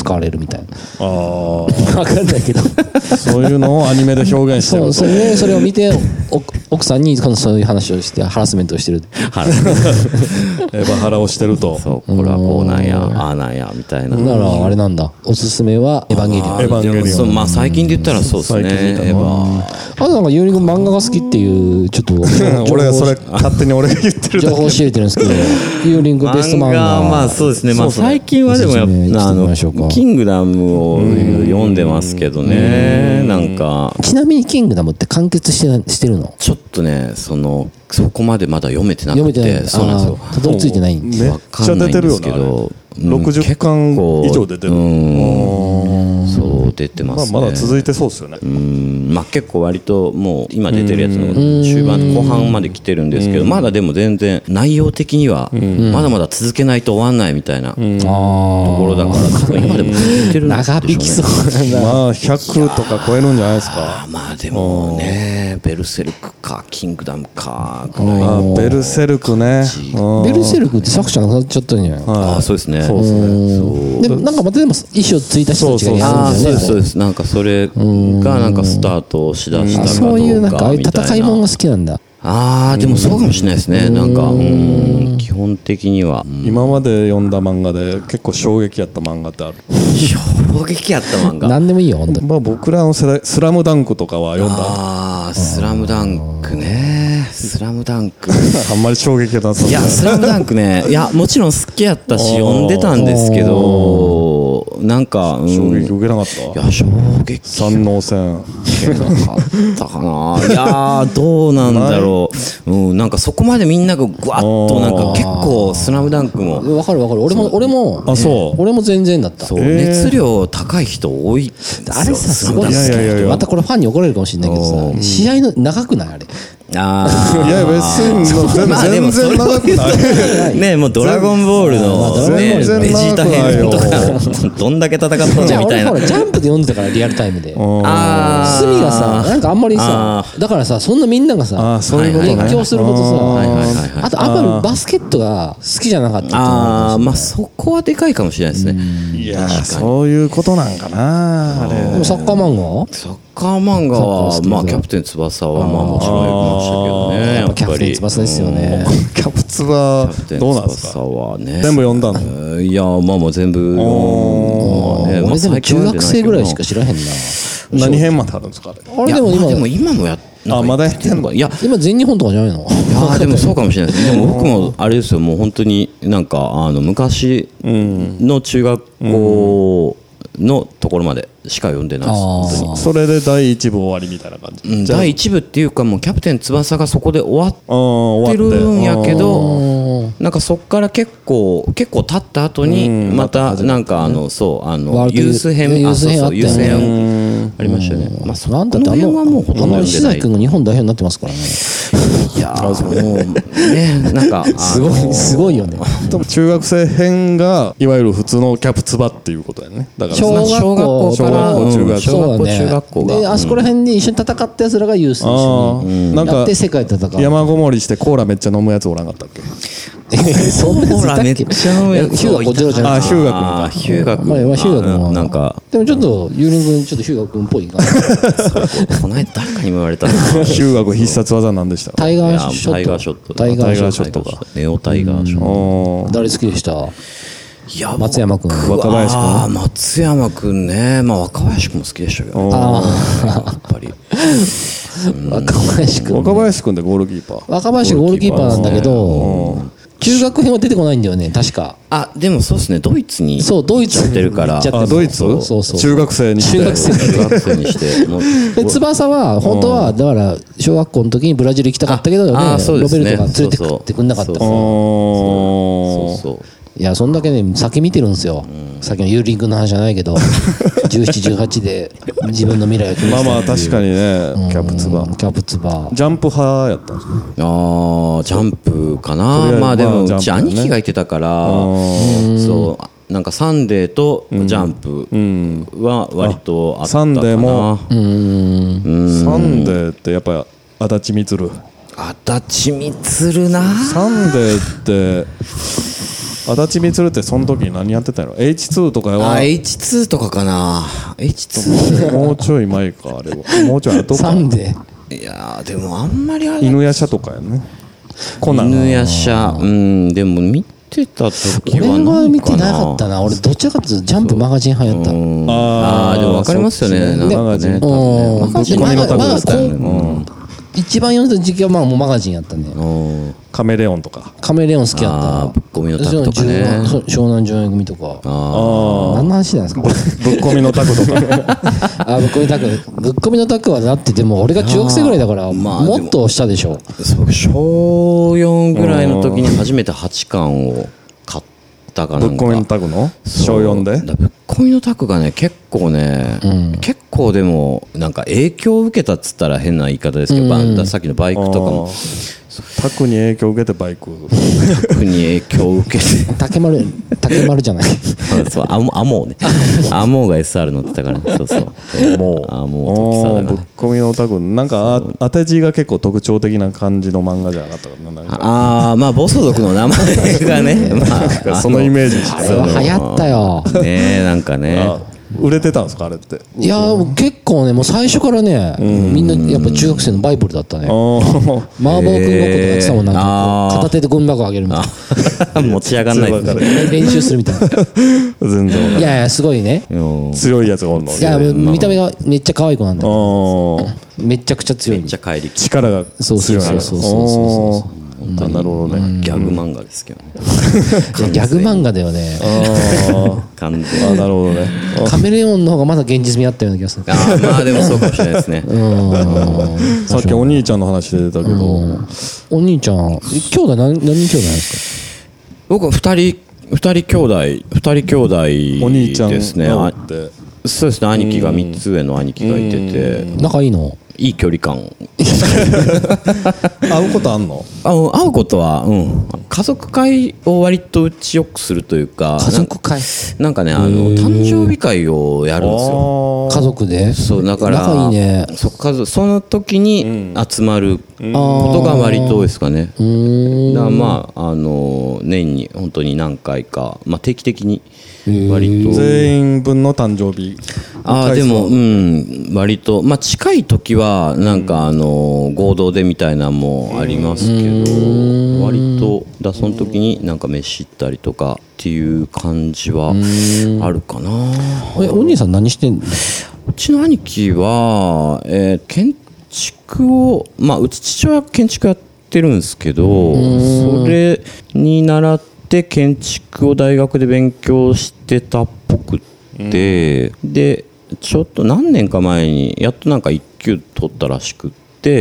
使われるみたいな。 あ分かんないけどそういうのをアニメで表現してるそれを見て奥さんにそういう話をしてハラスメントをしてる。 エヴァハラをしてると。 そうこれはこうなんやああなんやみたいな。 だからあれなんだ、おすすめはエヴァンゲリオン。 エヴァンゲリオンそうまあ最近で言ったらそうですね。 最近見たなエヴァあとなんかユーリン君漫画が好きっていうちょっと俺がそれ勝手に俺が言ってるだけ。 情報を教えてるんですけど、ユーリン君ベスト漫画まあそうですね。まあ最近はでもやっおすすめしてみぱましょうかキングダムを読んでますけどね。なんかちなみにキングダムって完結してるの？ ちょっとねそこまでまだ読めてなく読めてないて、そうなんですよ。 たどり着いてない。 めっちゃ出てるよな。60巻以上出てる。 そう出てますね。 まだ続いてそうですよね。 まあ結構割ともう今出てるやつの中盤後半まで来てるんですけど、まだでも全然内容的にはまだまだ続けないと終わんないみたいなところだから多分今でも続いてるんでしょうね。 長引きそうなんだ。 まあ100とか超えるんじゃないですか。 まあでもねベルセルクかキングダムかぐらい。 ベルセルクね。 ベルセルクって作者なくなっちゃったんじゃない？ ああそうですね。 そうですね。 でもなんかまたでも衣装ついた人たちがやああるんだよね。 そうですそうです。なんかそれがなんかスタートしだしたかどうかそういうなんかああいうみたい戦いもんが好きなんだ。 ああでもそうかもしれないですね。なんか基本的には今まで読んだ漫画で結構衝撃やった漫画ってある？ 衝撃やった漫画。 何でもいいよ本当に。 まあ僕らの世代スラムダンクとかは読んだ。 ああスラムダンクね。スラムダンクあんまり衝撃だった。 いやスラムダンクねいやもちろん好きやったし読んでたんですけどなんか衝撃受けなかった？ いや衝撃三能線受けなかったかないやーどうなんだろう、なんかそこまでみんながぐわっとなんか結構スラムダンクもわかるわかる。俺もあそう俺も全然だった。 そう熱量高い人多いですよ。 あれさすごい。 いやいやいやいやまたこれファンに怒られるかもしれないけどさ、試合の長くないあれ？ あいや別にまあでも全然長くない。 ねもうドラゴンボールのね全然ベジータ編と長くかどんだけ戦ったんじゃみたいな。 俺ほらジャンプで読んでたからリアルタイムで。 あスミがさなんかあんまりさだからさそんなみんながさそういうことね。 熱狂することさ、あとあんまりバスケットが好きじゃなかったっていうのがあまあそこはでかいかもしれないですね。 いやそういうことなんかなあれ。 でもサッカー漫画サッカー漫画はまあキャプテン翼はまあもちろん読みましたけどね。やっキャプテンぱり翼ですよね。 キャプツはどうなんですか？ はね全部読んだの？ いやまあもう全部読んで俺でも中学生ぐらいしか知らへんな。 何編まであるんですか？ あれでも今もやあまだやってんの？ いや今全日本とかじゃないの？ いやでもそうかもしれないです。でも僕もあれですよもう本当になんか昔の中学校のところまでしか読んでないです本当に。 それで第一部終わりみたいな感じ。 第一部っていうかもうキャプテン翼がそこで終わって終るんやけどなんかそっから結構経った後にまたなんかそうユース編ユース編ありましたよね。まあその辺はもうほとんど読んでない。 石崎君が日本代表になってますからね。 いやもうねなんかすごいよね。 中学生編がいわゆる普通のキャプツバっていうことだよね。だから小学校から中学校中学校がであそこら辺に一緒に戦ったやつらがユースと一緒になんかやって世界で戦う。 山ごもりしてコーラめっちゃ飲むやつおらんかったっけ？ そんなやついたっけ？ めっちゃ飲むやつヒューガこっちじゃない。 ヒューガ君か。 ヒューガ君まあヒューガ君はなんかでもちょっとユーリン君ちょっとヒューガ君っぽいかな。 この間誰かにも言われたヒューガ君必殺技なんでした？ タイガーショット。 タイガーショットタイガーショットか。 ネオタイガーショット。 誰好きでした？ いや松山君。 若林君。 松山君ねまあ若林君も好きでしたけどやっぱり若林君。 若林君でゴールキーパー。 若林ゴールキーパーなんだけど中学編は出てこないんだよね確か。 でもそうですねドイツにそうドイツ行ってるからドイツ？ そう中学生にして。 中学生中学生にしてで翼は本当はだから小学校の時にブラジル行きたかったけどねロベルトが連れてくってくんなかったから。 そうそういやそんだけね先見てるんですよ。さっきのユーリン君の話じゃないけど17、18で自分の未来を決めてた。 まあ確かにねキャプツバ。 キャプツバジャンプ派やったんですか？ ジャンプかな。まあでもうち兄貴がいてたからそうなんかサンデーとジャンプは割とあったかな。 サンデーもーサンデーってやっぱ足立みつる。 足立みつるな。 サンデーって足立みつるってその時に何やってたんやろ。 H2 とかは H2 とかかな。 H2 もうちょい前か、あれはもうちょい後か。 サンデー。 いやーでもあんまりあれ犬夜叉とかやね。コナン。 犬夜叉、でも見てた時は俺は見てななかったな。俺どちらかというとジャンプマガジン派やった。 あーでも分かりますよね。なんかねマガジン。 うんぶっ込みのタグですからね。 一番読んだ時期はまあもうマガジンやったね。 カメレオンとか。 カメレオン好きやったあーぶっ込みのタクとかね。 そう湘南上映組とか。 あ何の話なんですか。 ぶっ込みのタグとか。 あ、ぶっ込みのタク。ぶっ込みのタクはだってでも俺が中学生ぐらいだからまあもっと下でしょ。 そう小4ぐらいの時に初めて8巻を買ったかなんか。 ぶっ込みのタグの小4で。 だぶっ込みのタクがね結構ね、結構でもなんか影響を受けたっつったら変な言い方ですけど、さっきのバイクとかもタクに影響を受けてバイク。 タクに影響を受けて竹丸じゃない。 そうアモーね。アモーが SR 乗ってたからね。そうそう。 もうアモーとぶっ込みのタグなんか当て字が結構特徴的な感じの漫画じゃなかったかな。なんかああまあ暴走族の名前がねまあそのイメージしかあれは流行ったよ。 ねなんかね売れてたんですかあれって。 いや結構ねもう最初からねみんなやっぱ中学生のバイブルだったね。麻婆君ごっことかやってたもんなんか片手でゴミ箱あげるみたいな。 持ち上がんないですね。 練習するみたいな。 全然いやいやすごいね。 強いやつがおるの。 いや見た目がめっちゃ可愛い子なんだよ。めちゃくちゃ強い。 めっちゃ怪力。 力がそうそうそうそうそう。 なるほどね。 ギャグ漫画ですけどね。 ギャグ漫画だよね。 完全に。 なるほどね。 カメレオンの方がまだ現実味あったような気がする。 まあでもそうかもしれないですね。 さっきお兄ちゃんの話出てたけど、 お兄ちゃん兄弟何人兄弟なんですか。 僕は二人兄弟お兄ちゃんですね。 がおってそうですね。兄貴が3つ上の兄貴がいてて仲いいの。 いい距離感。 会うことあんの？ 会うことは、家族会を割とうちよくするというか、 家族会なんかね誕生日会をやるんですよ。 家族で。 そうだから仲いいね。 その時に集まることが割と多いですかね。だからまあ年に本当に何回か、まあ定期的に割と全員分の誕生日。 でも割とまあ近い時はなんか合同でみたいなのもありますけど、割とその時になんか飯行ったりとかっていう感じはあるかな。 お兄さん何してんの。 うちの兄貴は建築をまあうち父親建築やってるんですけど、それに習って建築を大学で勉強してたっぽくってでちょっと何年か前にやっとなんか1級取ったらしくって、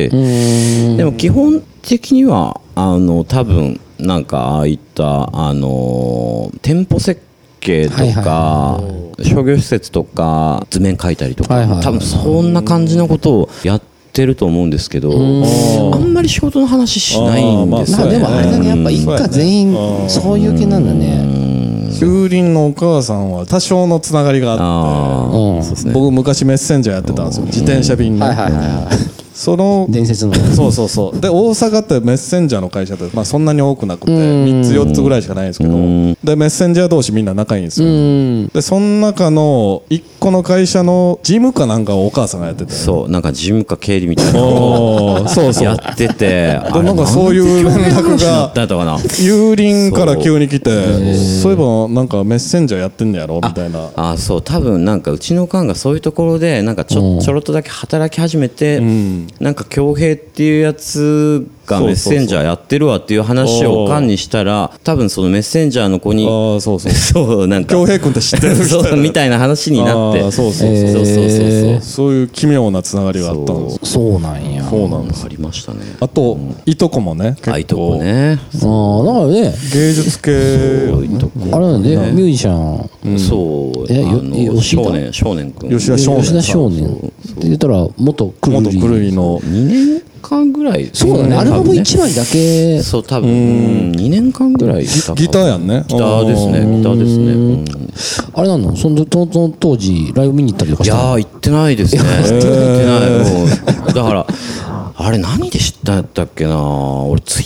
でも基本的には多分なんかああいった店舗設計とか商業施設とか図面描いたりとか多分そんな感じのことをやってると思うんですけど、あんまり仕事の話しないんですよね。 でもあれだねやっぱ一家全員そういう系なんだね。 風鈴のお母さんは多少のつながりがあって僕昔メッセンジャーやってたんですよ。自転車便のその伝説のそうで大阪ってメッセンジャーの会社ってまあそんなに多くなくて3つ4つぐらいしかないんですけど、でメッセンジャー同士みんな仲いいんですよ。でその中の1個の会社の事務かなんかをお母さんがやってて、 そうなんか事務か経理みたいなのをやっててでなんかそういう連絡が幽林から急に来て、そういえばなんかメッセンジャーやってんのやろみたいな。 そう多分なんかうちのおかんがそういうところでなんかちょろっとだけ働き始めて、なんか恭平っていうやつがメッセンジャーやってるわっていう話をおかんにしたら、多分そのメッセンジャーの子にそうなんか恭平君って知ってるそうみたいな話になって、 そういう奇妙なつながりがあったんです。 そうなんや。 そうなんです。 ありましたね。 あといとこもねいとこね。 だからね芸術系あれなんでミュージシャン。 そう少年君吉田少年って言ったら元くるりの 2年間ぐらい。 そうだね。アルバム1枚だけ。 そう多分2年間ぐらいギターやんね。 ギターですね。 あれなのその当時ライブ見に行ったりとかしたの。 いや行ってないですね。行ってない。もうだからあれ何で知ったんだっけな。俺ツイッターか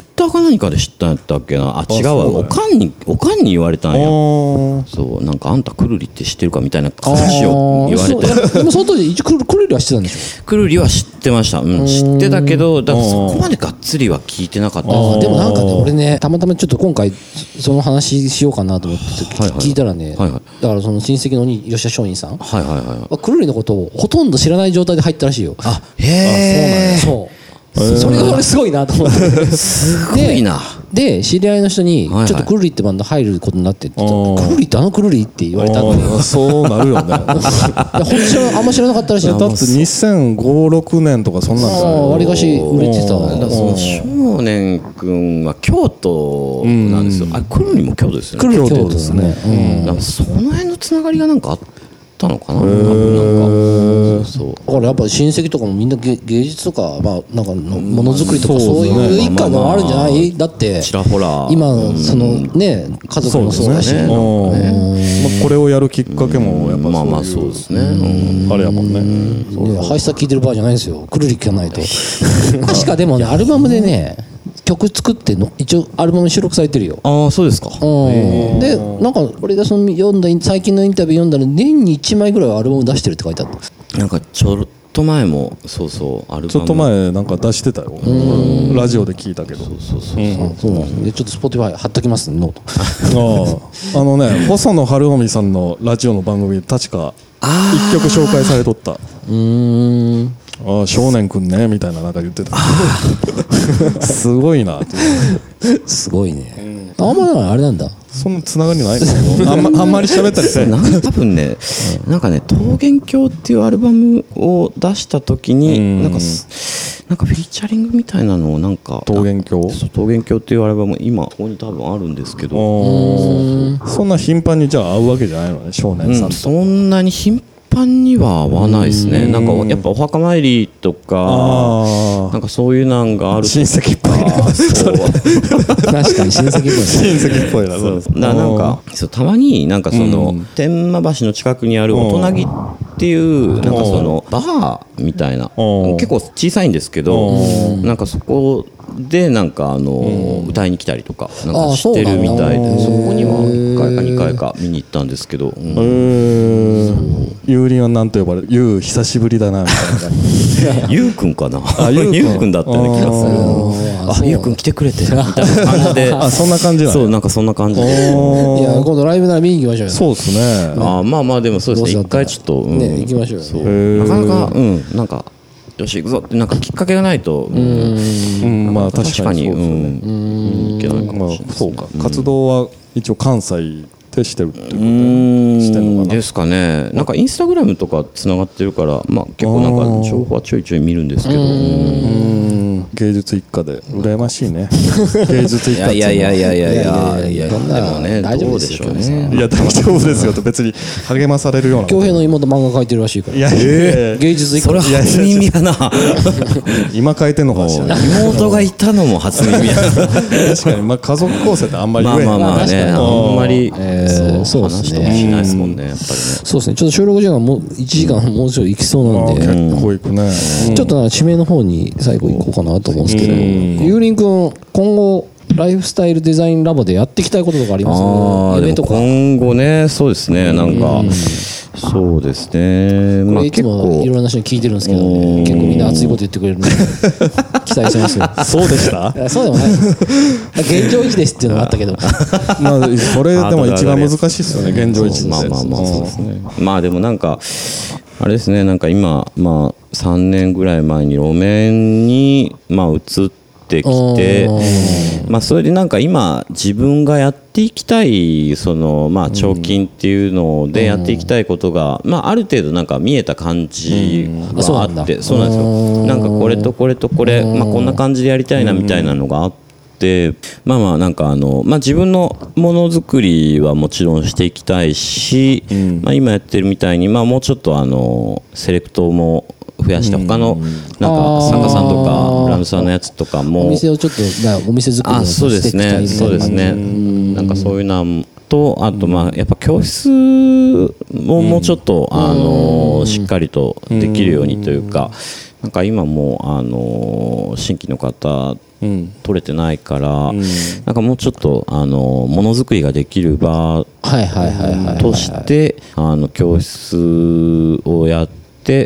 何かで知ったんやったっけな。違うわ、おかんに言われたんや。そう、なんかあんたくるりって知ってるかみたいな話を言われて。 でもその当時一応くるりは知ってたんでしょ。 くるりは知ってました、知ってたけど、だからそこまでがっつりは聞いてなかったです。 でもなんかね、俺ね、たまたまちょっと今回その話しようかなと思って聞いたらね、だからその親戚の吉田松陰さん、くるりのことをほとんど知らない状態で入ったらしいよ。 へえ。 そう。それが俺すごいなと思って。 すごいな。 で知り合いの人にちょっとくるりってバンド入ることになってって言ったら、くるりってくるりって言われたんだよ。 そうなるよね。 本当あんま知らなかったらしい。 だって2005、6年とかそんなんだよ。割りかし売れてた。 少年くんは京都なんですよ。くるりも京都ですよね。 京都ですね。 その辺のつながりがなんかあったのかな。そうだからやっぱ親戚とかもみんな芸術とか、まあなんかものづくりとかそういう一家でもあるんじゃない？だってちらほら今そのね家族もそうだし、 これをやるきっかけもやっぱそうですね。 あれやもんね。 ハイスタ聞いてる場合じゃないんですよ。くるり聞かないと。確かでもねアルバムでね曲作っての一応アルバムに収録されてるよ。 ああそうですか。 でなんか俺がその読んだ最近のインタビュー読んだら年に1枚ぐらいはアルバム出してるって書いてあった。 なんかちょっと前もそうそうアルバムちょっと前なんか出してたよ。ラジオで聞いたけど。 そうなんでちょっと Spotify 貼っときますねノート。 細野晴臣さんのラジオの番組で確か一曲紹介されとった。少年くんねみたいななんか言ってた。すごいな。 すごいね。あんまあれなんだ。 そんなつながりないの？あんまり喋ったりせん。 多分ね、なんかね桃源郷っていうアルバムを出した時になんかフィーチャリングみたいなのをなんか桃源郷っていうアルバム今ここに多分あるんですけど、 そんな頻繁にじゃあ会うわけじゃないのね少年さんと。 そんなに頻繁には会わないですね。なんかやっぱお墓参りとかなんかそういうなんがある親戚っぽいな。 確かに親戚っぽいな。 なんかたまになんかその天満橋の近くにある大人木っていうなんかそのバーみたいな結構小さいんですけどなんかそこでなんか歌いに来たりとかなんかしてるみたいで、そこには1回か2回か見に行ったんですけど、 ゆうりんは何と呼ばれる？ゆう久しぶりだなみたいな感じ。ゆうくんかな。ゆうくんだったような気がする。ゆうくん来てくれてみたいな感じで。 そんな感じなの？ そうなんかそんな感じで。 いや今度ライブなら見に行きましょうよ。 そうですね。 まあでもそうですね。一回ちょっとね行きましょうよ。 なかなかなんか。よし行くぞってなんかきっかけがないとまあ確かにいけないかもしれない。 そうか活動は一応関西でしてるってことしてんのかなですかね。なんかインスタグラムとかつながってるからまあ結構なんか情報はちょいちょい見るんですけど。 芸術一家で羨ましいね。芸術一家。 いやでもねどうでしょうね。 いや大丈夫ですよと別に励まされるような。 恭平の妹漫画描いてるらしいから。芸術一家。 それ初耳やな。 今描いてんのかしら。 妹がいたのも初耳やな。 確かにまあ家族構成ってあんまり言えへん。 まあねあんまりそう話とかしないですもんねやっぱりね。 そうですね。ちょっと収録時間もう1時間もうちょい行きそうなんで。 結構行くね。 ちょっと締めの方に最後行こうかなと思うんですけど、ゆうりんくん今後ライフスタイルデザインラボでやっていきたいこととかありますか？ でも今後ねそうですねなんかそうですね。 まあいつもいろんな人に聞いてるんですけどね、結構みんな熱いこと言ってくれるので期待してますよ。 そうでした？ そうでもない。現状維持ですっていうのがあったけど。 まあそれでも一番難しいですよね現状維持って。 まあそうですね。まあでもなんかあれですねなんか今まあ3年ぐらい前に路面にまあ移ってきて、まあそれでなんか今自分がやっていきたいそのまあ彫金っていうのでやっていきたいことがまあある程度なんか見えた感じがあって、そうなんですよ。なんかこれとこれとこれまあこんな感じでやりたいなみたいなのがあって。まあなんかまあ自分のものづくりはもちろんしていきたいし、まあ今やってるみたいにまあもうちょっとセレクトも増やして他のなんか作家さんとかブランドさんのやつとかもお店をちょっとお店作りをしていきたい。 そうですねなんかそういうのとあとまあやっぱ教室ももうちょっとしっかりとできるようにというかなんか今もう新規の方取れてないから、なんかもうちょっとものづくりができる場として教室をやって、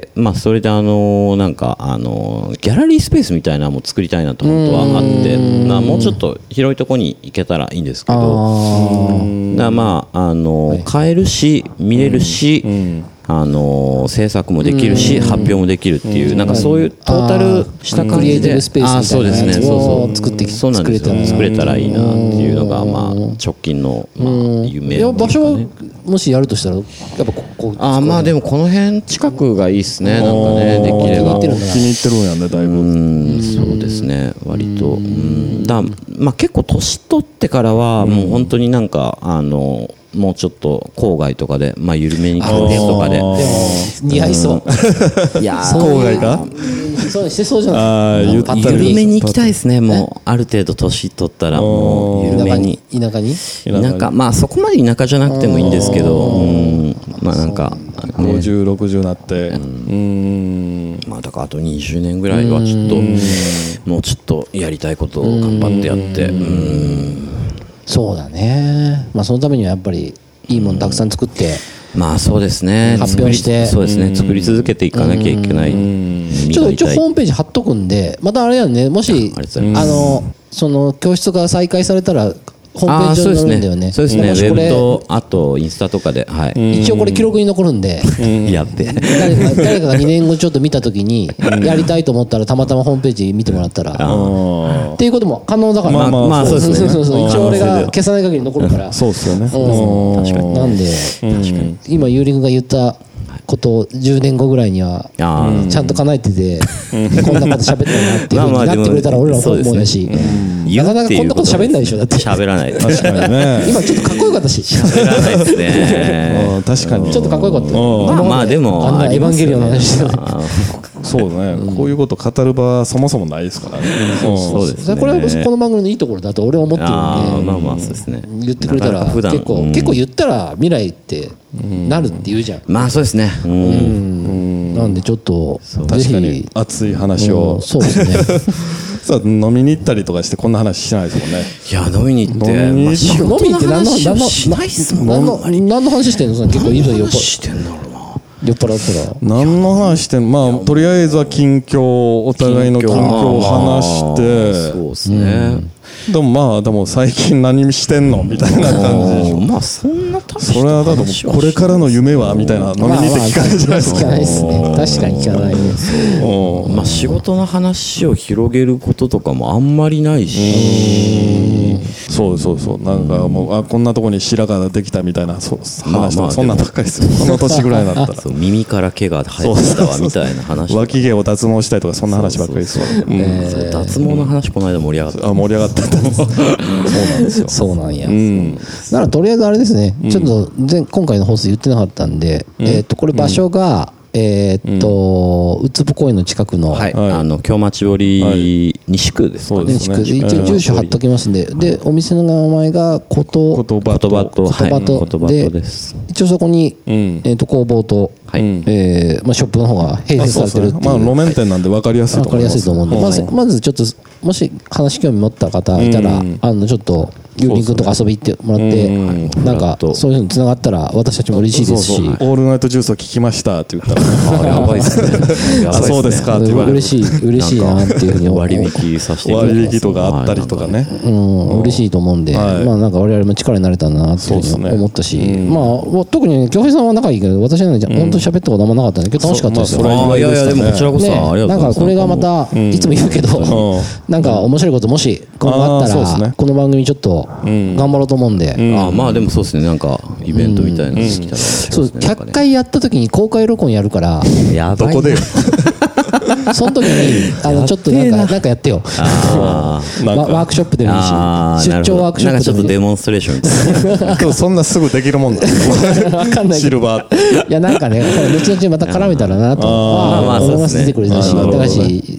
まあそれでなんかギャラリースペースみたいなのも作りたいなと本当はあって、もうちょっと広いとこに行けたらいいんですけど、だまあ買えるし見れるし、制作もできるし発表もできるっていうなんかそういうトータルした感じで、 クリエイティブスペースみたいなやつを作れたらいいなっていうのがまあ直近の夢。 いや場所もしやるとしたらやっぱここまあでもこの辺近くがいいですね。なんかねできれば気に入ってるんやねだいぶ。 そうですね割とまあ結構年取ってからはもう本当になんかもうちょっと郊外とかでまあ緩めに来るとかででも似合いそういや郊外かそうしてそうじゃない緩めに行きたいですね。もうある程度年取ったらもう緩めに田舎まあそこまで田舎じゃなくてもいいんですけどまあなんか 50、60になってまあだからあと20年ぐらいはちょっともうちょっとやりたいことを頑張ってやってそうだね。まあそのためにはやっぱりいいものたくさん作ってまあそうですね発表してそうですね作り続けていかなきゃいけないちょっと一応ホームページ貼っとくんでまたあれやねもしその教室が再開されたらホームページ上に載るんだよね。 そうですね。ウェブとあとインスタとかで、はい。 一応これ記録に残るんで、 やって誰かが2年後ちょっと見たときにやりたいと思ったらたまたまホームページ見てもらったらっていうことも可能だから。 まあそうですね。 一応俺が消さない限り残るから。 そうですよね。 確かに。なんで今ユーリングが言ったことを10年後ぐらいにはちゃんと叶えててこんなこと喋ったなっていう風になってくれたら俺らも思うやし。なかなかこんなこと喋んないでしょだって喋らない確かにね今ちょっとかっこよかったし喋らないですね確かにちょっとかっこよかったまあでもあんなエヴァンゲリオンの話してそうねこういうこと語る場はそもそもないですからねそうですねこれはこの番組のいいところだと俺は思ってるんでまあまあそうですね言ってくれたら結構言ったら未来ってなるって言うじゃんまあそうですねなんでちょっと確かに熱い話をそうですねさあ飲みに行ったりとかしてこんな話しないですもんね。 いや飲みに行って飲みって何の話してんの結構いるよ酔っ払ったら何の話してんまあとりあえずは近況お互いの近況を話してそうですねでも最近何してんのみたいな感じまあそんなそれはだとこれからの夢はみたいな飲みに行って聞かないじゃないですか。 聞かないですね確かに聞かないねまあ仕事の話を広げることとかもあんまりないしそうなんかもうこんなとこに白髪ができたみたいな話とかそんなんばっかりですよこの年ぐらいになったら耳から毛が生えてたわみたいな話脇毛を脱毛したいとかそんな話ばっかりですわ脱毛の話この間盛り上がった盛り上がったそうなんですよそうなんやならとりあえずあれですねちょっと今回の放送言ってなかったんでこれ場所がうつぶ公園の近くの京町堀西区ですかね一応住所貼っときますんでお店の名前が言葉とで一応そこに工房とショップの方が併設されてるっていう路面店なんで分かりやすいと思いますと思うんでまずちょっともし話興味持った方いたらちょっとユーリン君とか遊び行ってもらってなんかそういうのに繋がったら私たちも嬉しいですしオールナイトジュースを聞きましたって言ったらやばいっすねそうですかって言われる嬉しいなっていうふうに割引させて割引とかあったりとかね嬉しいと思うんでなんか我々も力になれたなっていうふうに思ったし特に京平さんは仲いいけど私は本当に喋ったことあんまなかったんで今日楽しかったですよいやでもこちらこそなんかこれがまたいつも言うけどなんか面白いこともし今後あったらこの番組ちょっと頑張ろうと思うんでまあでもそうですねなんかイベントみたいなのできたらそう100回やった時に公開録音やるからどこでその時にちょっとなんかやってよワークショップでもいいし出張ワークショップでもいいなんかちょっとデモンストレーションみたいなでもそんなすぐできるもんだ分かんないシルバーいやなんかね後々また絡めたらなと思います出てくれたしだし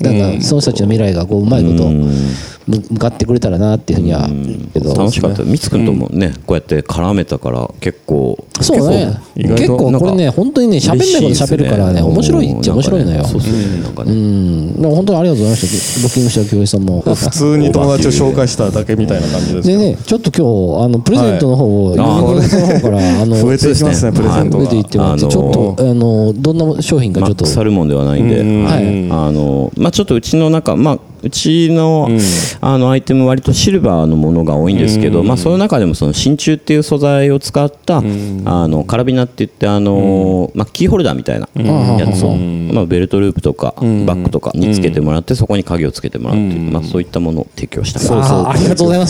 なんかその人たちの未来がこううまいこと向かってくれたらなっていうふうにはけど、 楽しかった。みつくんともね、こうやって絡めたから結構そうね、結構これね本当にね喋んないこと喋るからね面白いっちゃ面白いのよ。 そうそうなんかね。 でも本当にありがとうございました。ブッキングした京平さんも普通に友達を紹介しただけみたいな感じですでね、ちょっと今日プレゼントの方をユニクロの方から増えていきますね、プレゼントが増えていってもらって、ちょっとどんな商品かちょっとサルモンではないんで、まあちょっとうちの中うちのアイテム割とシルバーのものが多いんですけど、まあその中でもその真鍮っていう素材を使ったカラビナって言ってまあキーホルダーみたいなやつをまあベルトループとかバッグとかにつけてもらって、そこに鍵をつけてもらうっていう、まあそういったものを提供したから。 ありがとうございます。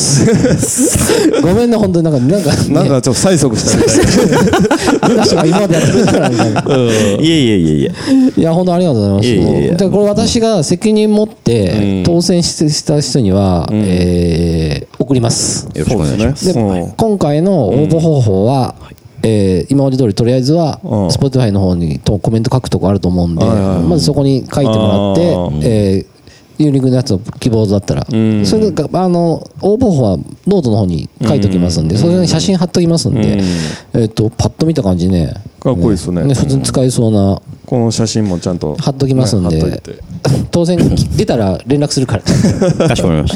ごめんね本当になんかちょっと催促したみたいな。 今までやってるからみたいな。 いや本当ありがとうございます。でこれ私が責任持って当選した人には送ります。 よろしくお願いします。 で今回の応募方法は今まで通りとりあえずは Spotify の方にコメント書くとこあると思うんで、まずそこに書いてもらってユニクのやつを希望だったら、それで応募方法はノートの方に書いておきますんで、それに写真貼っときますんで、パッと見た感じね、 かっこいいですね。 普通に使えそうなこの写真もちゃんと貼っときますんで、当然出たら連絡するからかしこまりました。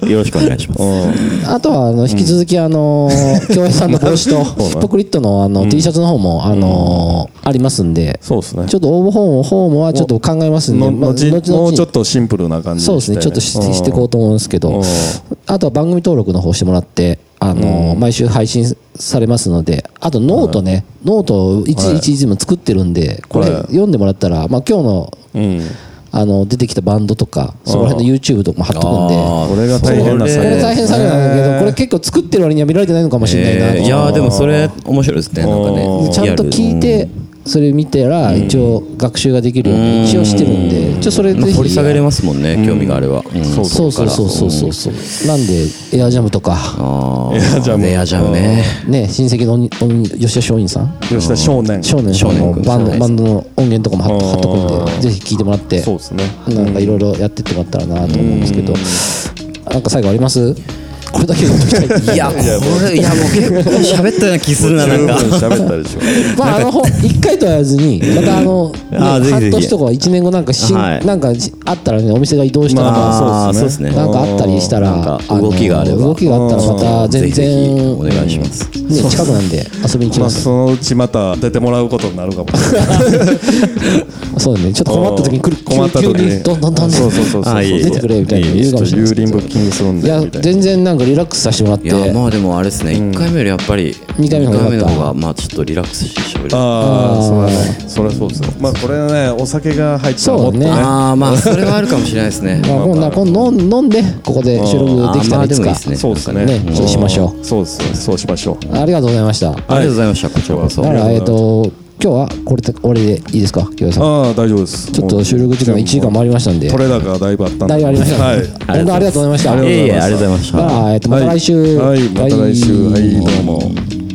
よろしくお願いします。 あとは引き続き京平さんの帽子とヒポクリットのT シャツの方もありますんで、 そうですね。 ちょっと応募フォームはちょっと考えますんで、 もうちょっとシンプルな感じでそうですね、ちょっとしていこうと思うんですけど、あとは番組登録の方してもらって毎週配信されますので、あとノートね、ノートを一時一時も作ってるんで、これ読んでもらったら、まあ今日の出てきたバンドとかそこら辺の YouTube とかも貼っとくんで、 これが大変な作業。 これ大変作業なんだけど、これ結構作ってる割には見られてないのかもしれないな。 いやでもそれ面白いですね。なんかね、 ちゃんと聞いてそれ見たら一応学習ができるように一応してるんで、それぜひ掘り下げれますもんね、興味があれば。 そうなんでエアジャムとかエアジャムね、 親戚の吉田松陰さん、 吉田少年のバンドの音源とかも貼っとくんで、ぜひ聞いてもらって、 そうですね、 なんかいろいろやってってもらったらなと思うんですけど、なんか最後あります？これだけ言っときたい。 いやもう結構喋ったような気するな。なんか喋ったでしょ。 まあ1回とはやらずにまた半年とか1年後なんかなんかあったらね、お店が移動したらそうですね、 なんかあったりしたら動きがあったらまた全然お願いします。 近くなんで遊びに来ます。 そのうちまた出てもらうことになるかもしれない。 そうだね、ちょっと困った時に急にどんどん出てくれみたいな言うかもしれない。 ユーリンブッキングするんで。 いや全然なんかリラックスさせてもらって。 いやまあでもあれですね、1回目よりやっぱり2回目の方がまあちょっとリラックスして喋れる。 そうだね、それはそうですよ。まあこれね、お酒が入ったらもっとね、 まあそれはあるかもしれないですね。 今度飲んでここで収録できたらいつかそうですね、 そうしましょう。 そうです、そうしましょう。 ありがとうございました。 ありがとうございました。こちらこそ。 だから今日はこれでいいですか、清江さん。 大丈夫です。 ちょっと収録時間1時間回りましたんで、 取れ高がだいぶあったんで、 だいぶありました。 はい、 本当ありがとうございました。 ありがとうございました。 また来週。 はい、また来週、はい、どうも。